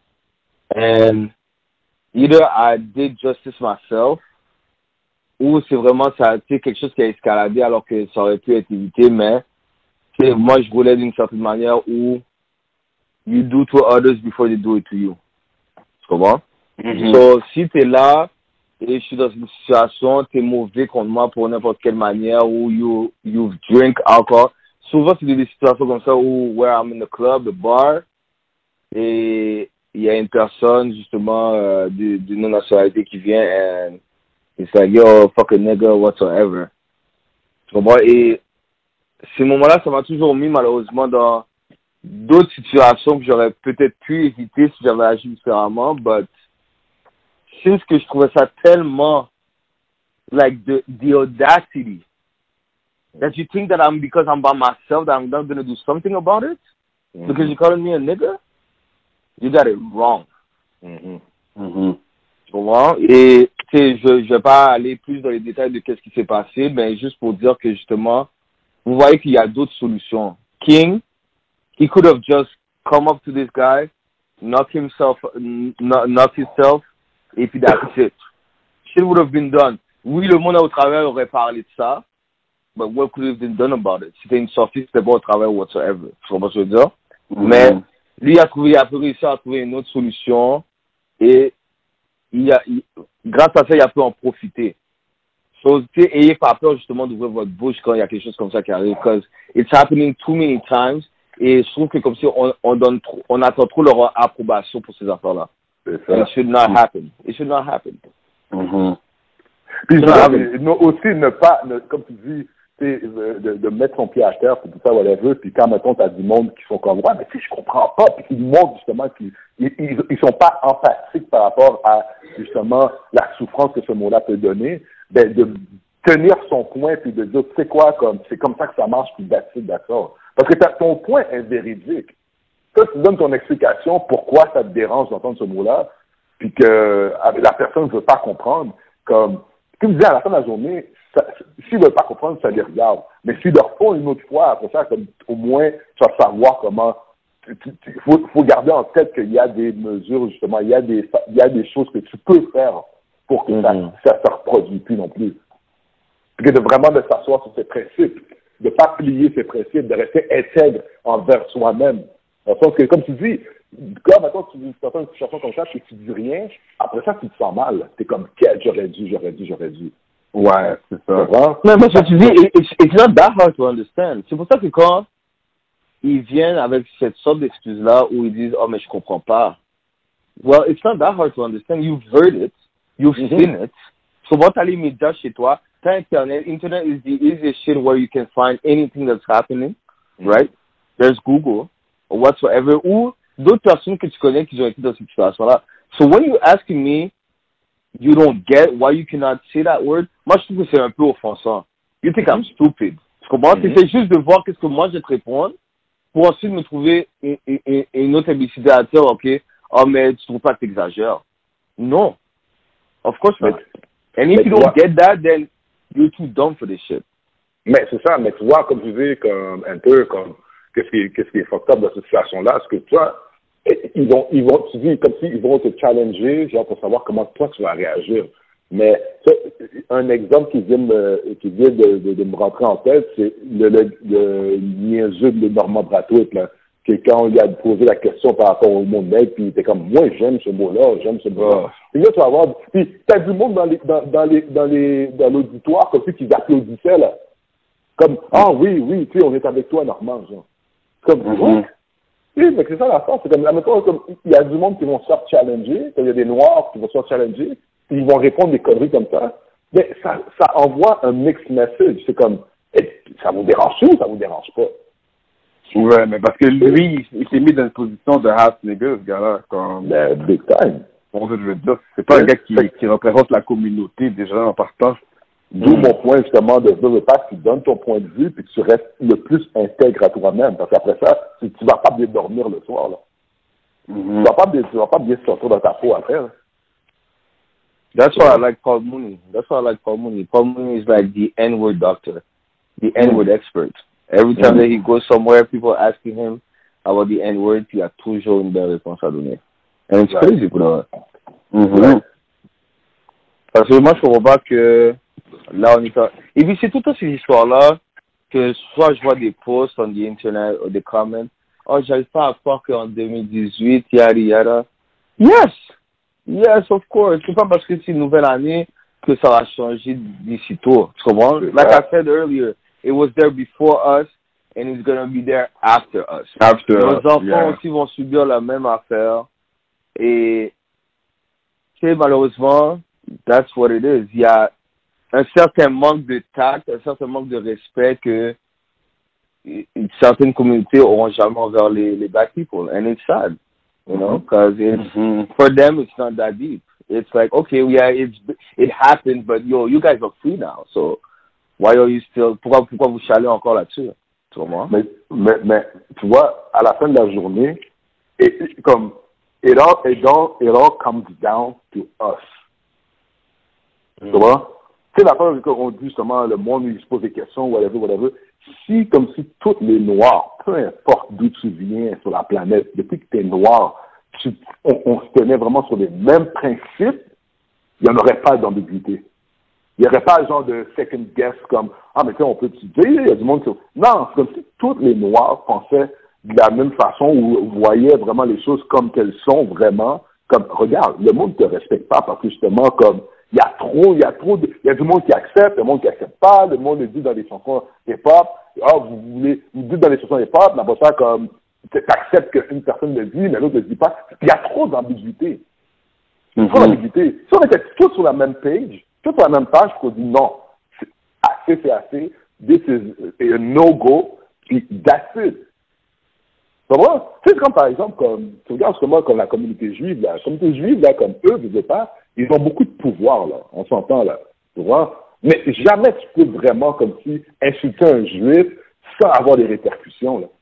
And either I did justice myself, ou c'est vraiment ça, tu sais, quelque chose qui a escaladé alors que ça aurait pu être évité, mais tu sais, moi, je voulais d'une certaine manière où you do to others before they do it to you. Tu comprends? Mm-hmm. So, si t'es là, et je suis dans une situation, t'es mauvais contre moi pour n'importe quelle manière, où you, you drink alcohol. Souvent, c'est des situations comme ça où, where I'm in the club, the bar, et il y a une personne, justement, euh, d'une nationalité qui vient, and it's like, yo, fuck a nigga, whatsoever. Tu comprends? Et ces moments-là, ça m'a toujours mis, malheureusement, dans d'autres situations que j'aurais peut-être pu éviter si j'avais agi différemment, but since que je trouvais ça tellement, like, the, the audacity, that you think that I'm, because I'm by myself, that I'm not going to do something about it, mm-hmm. because you're calling me a nigga, you got it wrong. Mm-hmm. Mm-hmm. Tu comprends? Et, tu sais, je ne vais pas aller plus dans les détails de qu'est-ce qui s'est passé, mais juste pour dire que, justement, vous voyez qu'il y a d'autres solutions. King, he could have just come up to this guy, knock himself, knock, knock himself, et puis that's it. Shit would have been done. Oui, le monde au travers aurait parlé de ça, but what could have been done about it? C'était une sortie, c'était pas au travers whatsoever. Tu comprends ce que je veux dire? Mm-hmm. Mais lui, il a trouvé, il a réussi à trouver une autre solution, et il a, il, grâce à ça, il a pu en profiter. So, ayez pas peur justement d'ouvrir votre bouche quand il y a quelque chose comme ça qui arrive, because it's happening too many times. Et je trouve que comme si on, on donne trop, on attend trop leur approbation pour ces affaires-là. It should not happen. It should not happen. Mm-hmm. Puis je veux aussi ne pas, ne, comme tu dis, de, de, de mettre son pied à terre pour tout ça, whatever, puis quand, mettons, t'as du monde qui sont comme, ouais, mais tu sais, je comprends pas, puis ils montrent justement qu'ils ils, ils, ils sont pas empathiques par rapport à, justement, la souffrance que ce mot-là peut donner, ben, de tenir son point, puis de dire, tu sais quoi, comme, c'est comme ça que ça marche, puis that's it, that's all. Parce que ton point est véridique. Toi, tu donnes ton explication pourquoi ça te dérange d'entendre ce mot-là, puis que la personne ne veut pas comprendre, comme, comme je dis, à la fin de la journée, s'ils ne veulent pas comprendre, ça les regarde. Mais s'ils le refont une autre fois, après ça, comme, au moins, tu vas savoir comment. Il faut, faut garder en tête qu'il y a des mesures, justement, il y a des, il y a des choses que tu peux faire pour que mm-hmm. ça ne se reproduise plus non plus. Puis de vraiment de s'asseoir sur ses principes, de ne pas plier ses principes, de rester intègre envers soi-même. Dans le sens que, comme tu dis, comme maintenant tu dis une situation comme ça, que tu dis rien, après ça, tu te sens mal. Tu es comme, quel j'aurais dû, j'aurais dû, j'aurais dû. Ouais, c'est ça. comprends? Mais moi, ce que tu dis, it- it's, it's not that hard to understand. C'est pour ça que quand ils viennent avec cette sorte d'excuse-là où ils disent, oh, mais je comprends pas. Well, it's not that hard to understand. You've heard it. You've Mhm. seen it. So, quand t'as les médias chez toi, t'as Internet. Internet is the easiest shit where you can find anything that's happening, right? There's Google or whatsoever. Ou d'autres personnes que tu connais qui ont été dans cette situation-là. So, when you're asking me, you don't get why you cannot say that word, moi, je trouve que c'est un peu offensant. You think I'm stupid. Tu comprends? Mhm. C'est juste de voir qu'est-ce que moi, je vais te répondre pour ensuite me trouver une, une, une autre imbécilité à dire, OK, oh, mais tu trouves pas que t'exagères. Non. Of course not. And if mais you tu don't vois- get that, then you're too dumb for this shit. Mais c'est ça, mais tu vois, comme tu dis, comme un peu, comme, qu'est-ce qui, qu'est-ce qui est fucked up dans cette situation-là, c'est que toi, ils vont, ils vont, tu dis, comme s'ils vont te challenger, genre, pour savoir comment toi tu vas réagir. Mais, ça, un exemple qui vient, me, qui vient de, de, de me rentrer en tête, c'est le, le, le niaiseux de Normand Brathwaite, là. Que quand on lui a posé la question par rapport au mot nègre, puis il était comme, moi, j'aime ce mot-là, j'aime ce mot-là. Puis là, tu vas voir, puis t'as du monde dans les, dans, dans les, dans les, dans l'auditoire, comme si qui applaudissaient, là. Comme, ah oui, oui, tu sais, on est avec toi, Normand, genre. Comme, Mm-hmm. what? Oui, mais c'est ça la force. C'est comme, admettons, comme, il y a du monde qui vont se faire challenger, il y a des Noirs qui vont se faire challenger, puis ils vont répondre des conneries comme ça. Mais ça, ça envoie un mixed message. C'est comme, eh, ça vous dérange ou ça vous dérange pas? Ouais, mais parce que lui, il, il s'est mis dans une position de half nigga, ce gars-là. Comme, Ben, big time. bon, je veux dire, c'est pas un gars qui, qui représente la communauté déjà en partant. D'où mon point, justement, de dire le pas que tu donnes ton point de vue, puis que tu restes le plus intègre à toi-même. Parce qu'après ça, tu, tu vas pas bien dormir le soir, là. Mm-hmm. Tu vas pas bien, tu vas pas bien sortir dans ta peau après, là. That's why I like Paul Mooney. That's why I like Paul Mooney. Paul Mooney is like the N-word doctor, the N-word expert. Every time Mm. that he goes somewhere, people are asking him about the N-word, puis il a toujours une belle réponse à donner. And it's Right. crazy pour le vrai. Mm-hmm. Parce que moi, je comprends pas que là, on est en... Et puis, c'est toutes ces histoires-là que soit je vois des posts on the internet ou des comments. Oh, j'arrive pas à croire qu'en deux mille dix-huit, yada yada. Yes! Yes, of course. C'est pas parce que c'est une nouvelle année que ça va changer d'ici tôt. Tu comprends? Like I said earlier, it was there before us and it's gonna be there after us. After Nos us, enfants yeah. aussi vont subir la même affaire. Et, tu sais, malheureusement, that's what it is. Il y a un certain manque de tact, un certain manque de respect que certaines communautés auront jamais envers les, les black people. And it's sad, you know, because it's, Mm-hmm. for them, it's not that deep. It's like, okay, yeah, it's, it happened, but yo, you guys are free now. So, why are you still, pourquoi, pourquoi vous chalez encore là-dessus? Tu comprends? Mais, mais, mais, tu vois, à la fin de la journée, et, et- comme, it all, it all, it all comes down to us. Tu vois? Tu sais, la fois qu'on dit justement, le monde, il se pose des questions, whatever, whatever. Si, comme si tous les Noirs, peu importe d'où tu viens sur la planète, depuis que tu es noir, tu, on, on se tenait vraiment sur les mêmes principes, il n'y en aurait pas d'ambiguïté. Il n'y aurait pas un genre de second guess comme, ah, mais tu sais, on peut te dire, il y a du monde qui... Non, c'est comme si tous les Noirs pensaient de la même façon ou voyaient vraiment les choses comme qu'elles sont vraiment. Comme, regarde, le monde ne te respecte pas parce que justement, comme, il y a trop, il y a trop de, il y a du monde qui accepte, le monde qui accepte pas, le monde le dit dans les chansons hip-hop, ah, vous voulez, vous dites dans les chansons hip-hop, mais après ça, comme, tu acceptes qu'une personne le dit, mais l'autre ne le dit pas. Il y a trop d'ambiguïté. Mm-hmm. Trop d'ambiguïté. Si on était tous sur la même page, tous sur la même page, on dit non, c'est assez, c'est assez, this is a no-go, puis that's it. Tu vois? Tu sais, comme par exemple, comme, tu regardes comment, comme la communauté juive, là, la communauté juive, là, comme eux, je sais pas, ils ont beaucoup de pouvoir, là, on s'entend, là, tu vois? Mais jamais tu peux vraiment, comme si, insulter un juif sans avoir des répercussions, là.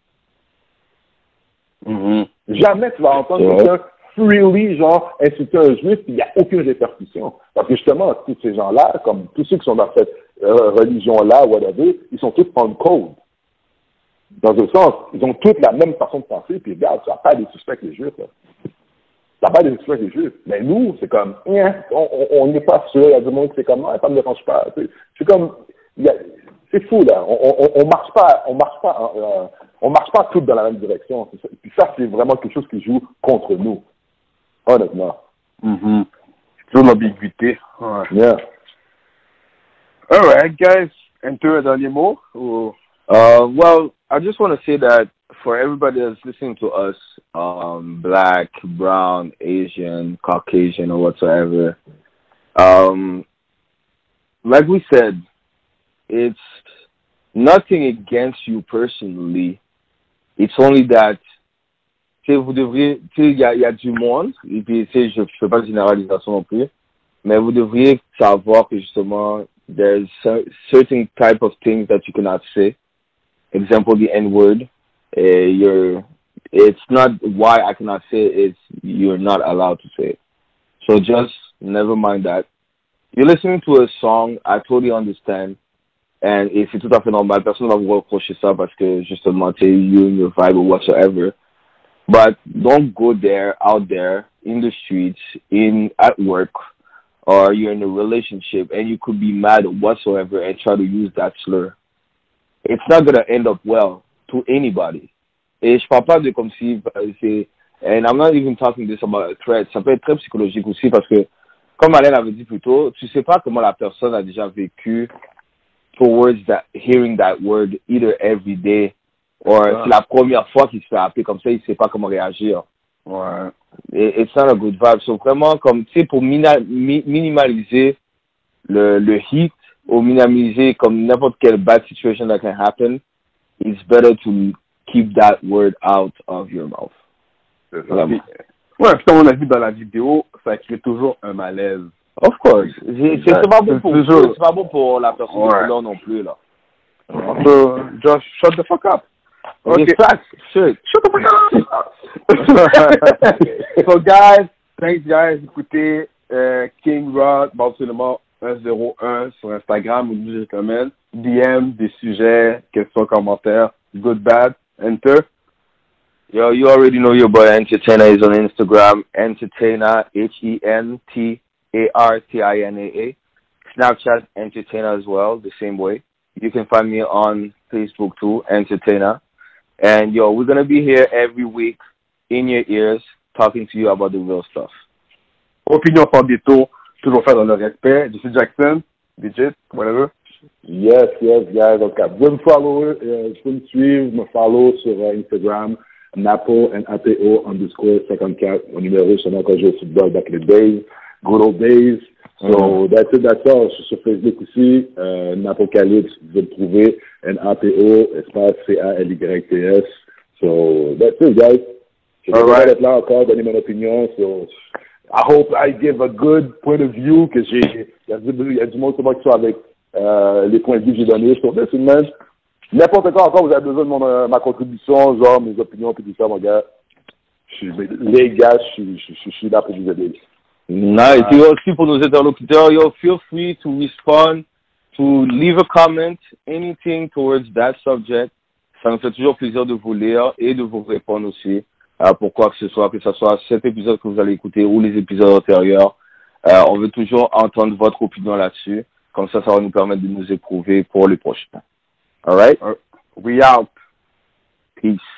Mm-hmm. Jamais tu vas entendre Ouais. quelqu'un freely, genre, insulter un juif, puis il n'y a aucune répercussion. Parce que justement, tous ces gens-là, comme tous ceux qui sont dans cette euh, religion-là, whatever, ils sont tous on code. Dans un sens, ils ont toutes la même façon de penser, puis regarde, tu n'as pas des suspects les juifs, là. Tu n'as pas des suspects les juifs. Mais nous, c'est comme, hein, on n'est pas sûr, il y a du monde qui c'est comme, non, ça ne me dérange pas. C'est, c'est comme, il y a, c'est fou, là. On, on, on marche pas, on marche pas, euh, on marche pas toutes dans la même direction. C'est ça. Puis ça, c'est vraiment quelque chose qui joue contre nous. Honnêtement. Mm-hmm. C'est toujours l'ambiguïté. Ouais. Yeah. All right, guys. Enter un dernier mot? Or... Uh, well, I just want to say that for everybody that's listening to us, um, black, brown, Asian, Caucasian, or whatsoever, um, like we said, it's nothing against you personally. It's only that, tu sais, vous devriez, tu sais, il y a, y a du monde, et puis, tu sais, je ne fais pas de généralisation non plus, mais vous devriez savoir que justement, there's certain type of things that you cannot say. Example, the N-word. Uh, you're, it's not why I cannot say it, it's you're not allowed to say it. So just never mind that. You're listening to a song, I totally understand. And et c'est tout à fait normal. Personne va vous reprocher ça parce que justement, tu you and your vibe or whatsoever. But don't go there, out there, in the streets, in at work, or you're in a relationship and you could be mad whatsoever and try to use that slur. It's not going to end up well to anybody. Et je parle pas de comme si c'est, and I'm not even talking this about a threat. Ça peut être très psychologique aussi parce que, comme Alain avait dit plus tôt, tu sais pas comment la personne a déjà vécu towards that, hearing that word either every day, or ouais. C'est la première fois qu'il se fait appeler comme ça, il sait pas comment réagir. Ouais. It's not a good vibe. So vraiment, comme, tu sais, pour mina, mi, minimaliser le, le heat, ou minimiser comme n'importe quelle bad situation that can happen, it's better to keep that word out of your mouth. C'est ça. Puis, ouais, puis comme on a vu dans la vidéo, ça crée toujours un malaise. Of course. C'est, c'est, c'est pas bon pour vous, c'est pas bon pour la personne ouais. de couleur non plus, là. So, just shut the fuck up. Okay. Facts. Shit. Shut the fuck up. So, guys, thanks, guys. Écoutez, euh, King Rod, absolument un zéro un sur Instagram ou nous gentlemen. D M, des sujets, questions, commentaires, good, bad, enter. Yo, you already know your boy Entertainer is on Instagram. Entertainer, H E N T A R T I N A A. Snapchat, Entertainer as well, the same way. You can find me on Facebook too, Entertainer. And yo, we're gonna be here every week in your ears, talking to you about the real stuff. Opinion sans détour, toujours fait dans le respect. Je suis Jackson, Digit, whatever. Yes, yes, guys. Donc, vous pouvez me follow, euh, vous pouvez me suivre, me follow sur uh, Instagram, Napo, N A P O underscore cinquante-quatre. Mon numéro, c'est quand je joue au football back in the days, good old days. So, mm-hmm. that's it, that's all. Je suis sur Facebook aussi, euh, Napocalypse, vous pouvez me trouver, N A P O, espace C A L Y T S. So, that's it, guys. Je vais right. être là encore, donner mon opinion. So, I hope I give a good point of view, que j'ai, il y a du, il y a du monde qui soit avec euh, les points de vue que j'ai donnés. So, this is n'importe quoi encore, vous avez besoin de mon, euh, ma contribution, genre mes opinions, puis tout ça, mon gars. Je suis, les gars, je suis, je, je, je suis là pour vous aider. Nice. Et aussi pour nos interlocuteurs, yo, feel free to respond, to leave a comment, anything towards that subject. Ça nous fait toujours plaisir de vous lire et de vous répondre aussi, euh, pour quoi que ce soit, que ce soit cet épisode que vous allez écouter ou les épisodes antérieurs. Euh, on veut toujours entendre votre opinion là-dessus. Comme ça, ça va nous permettre de nous éprouver pour les prochains. All right? We out. Peace.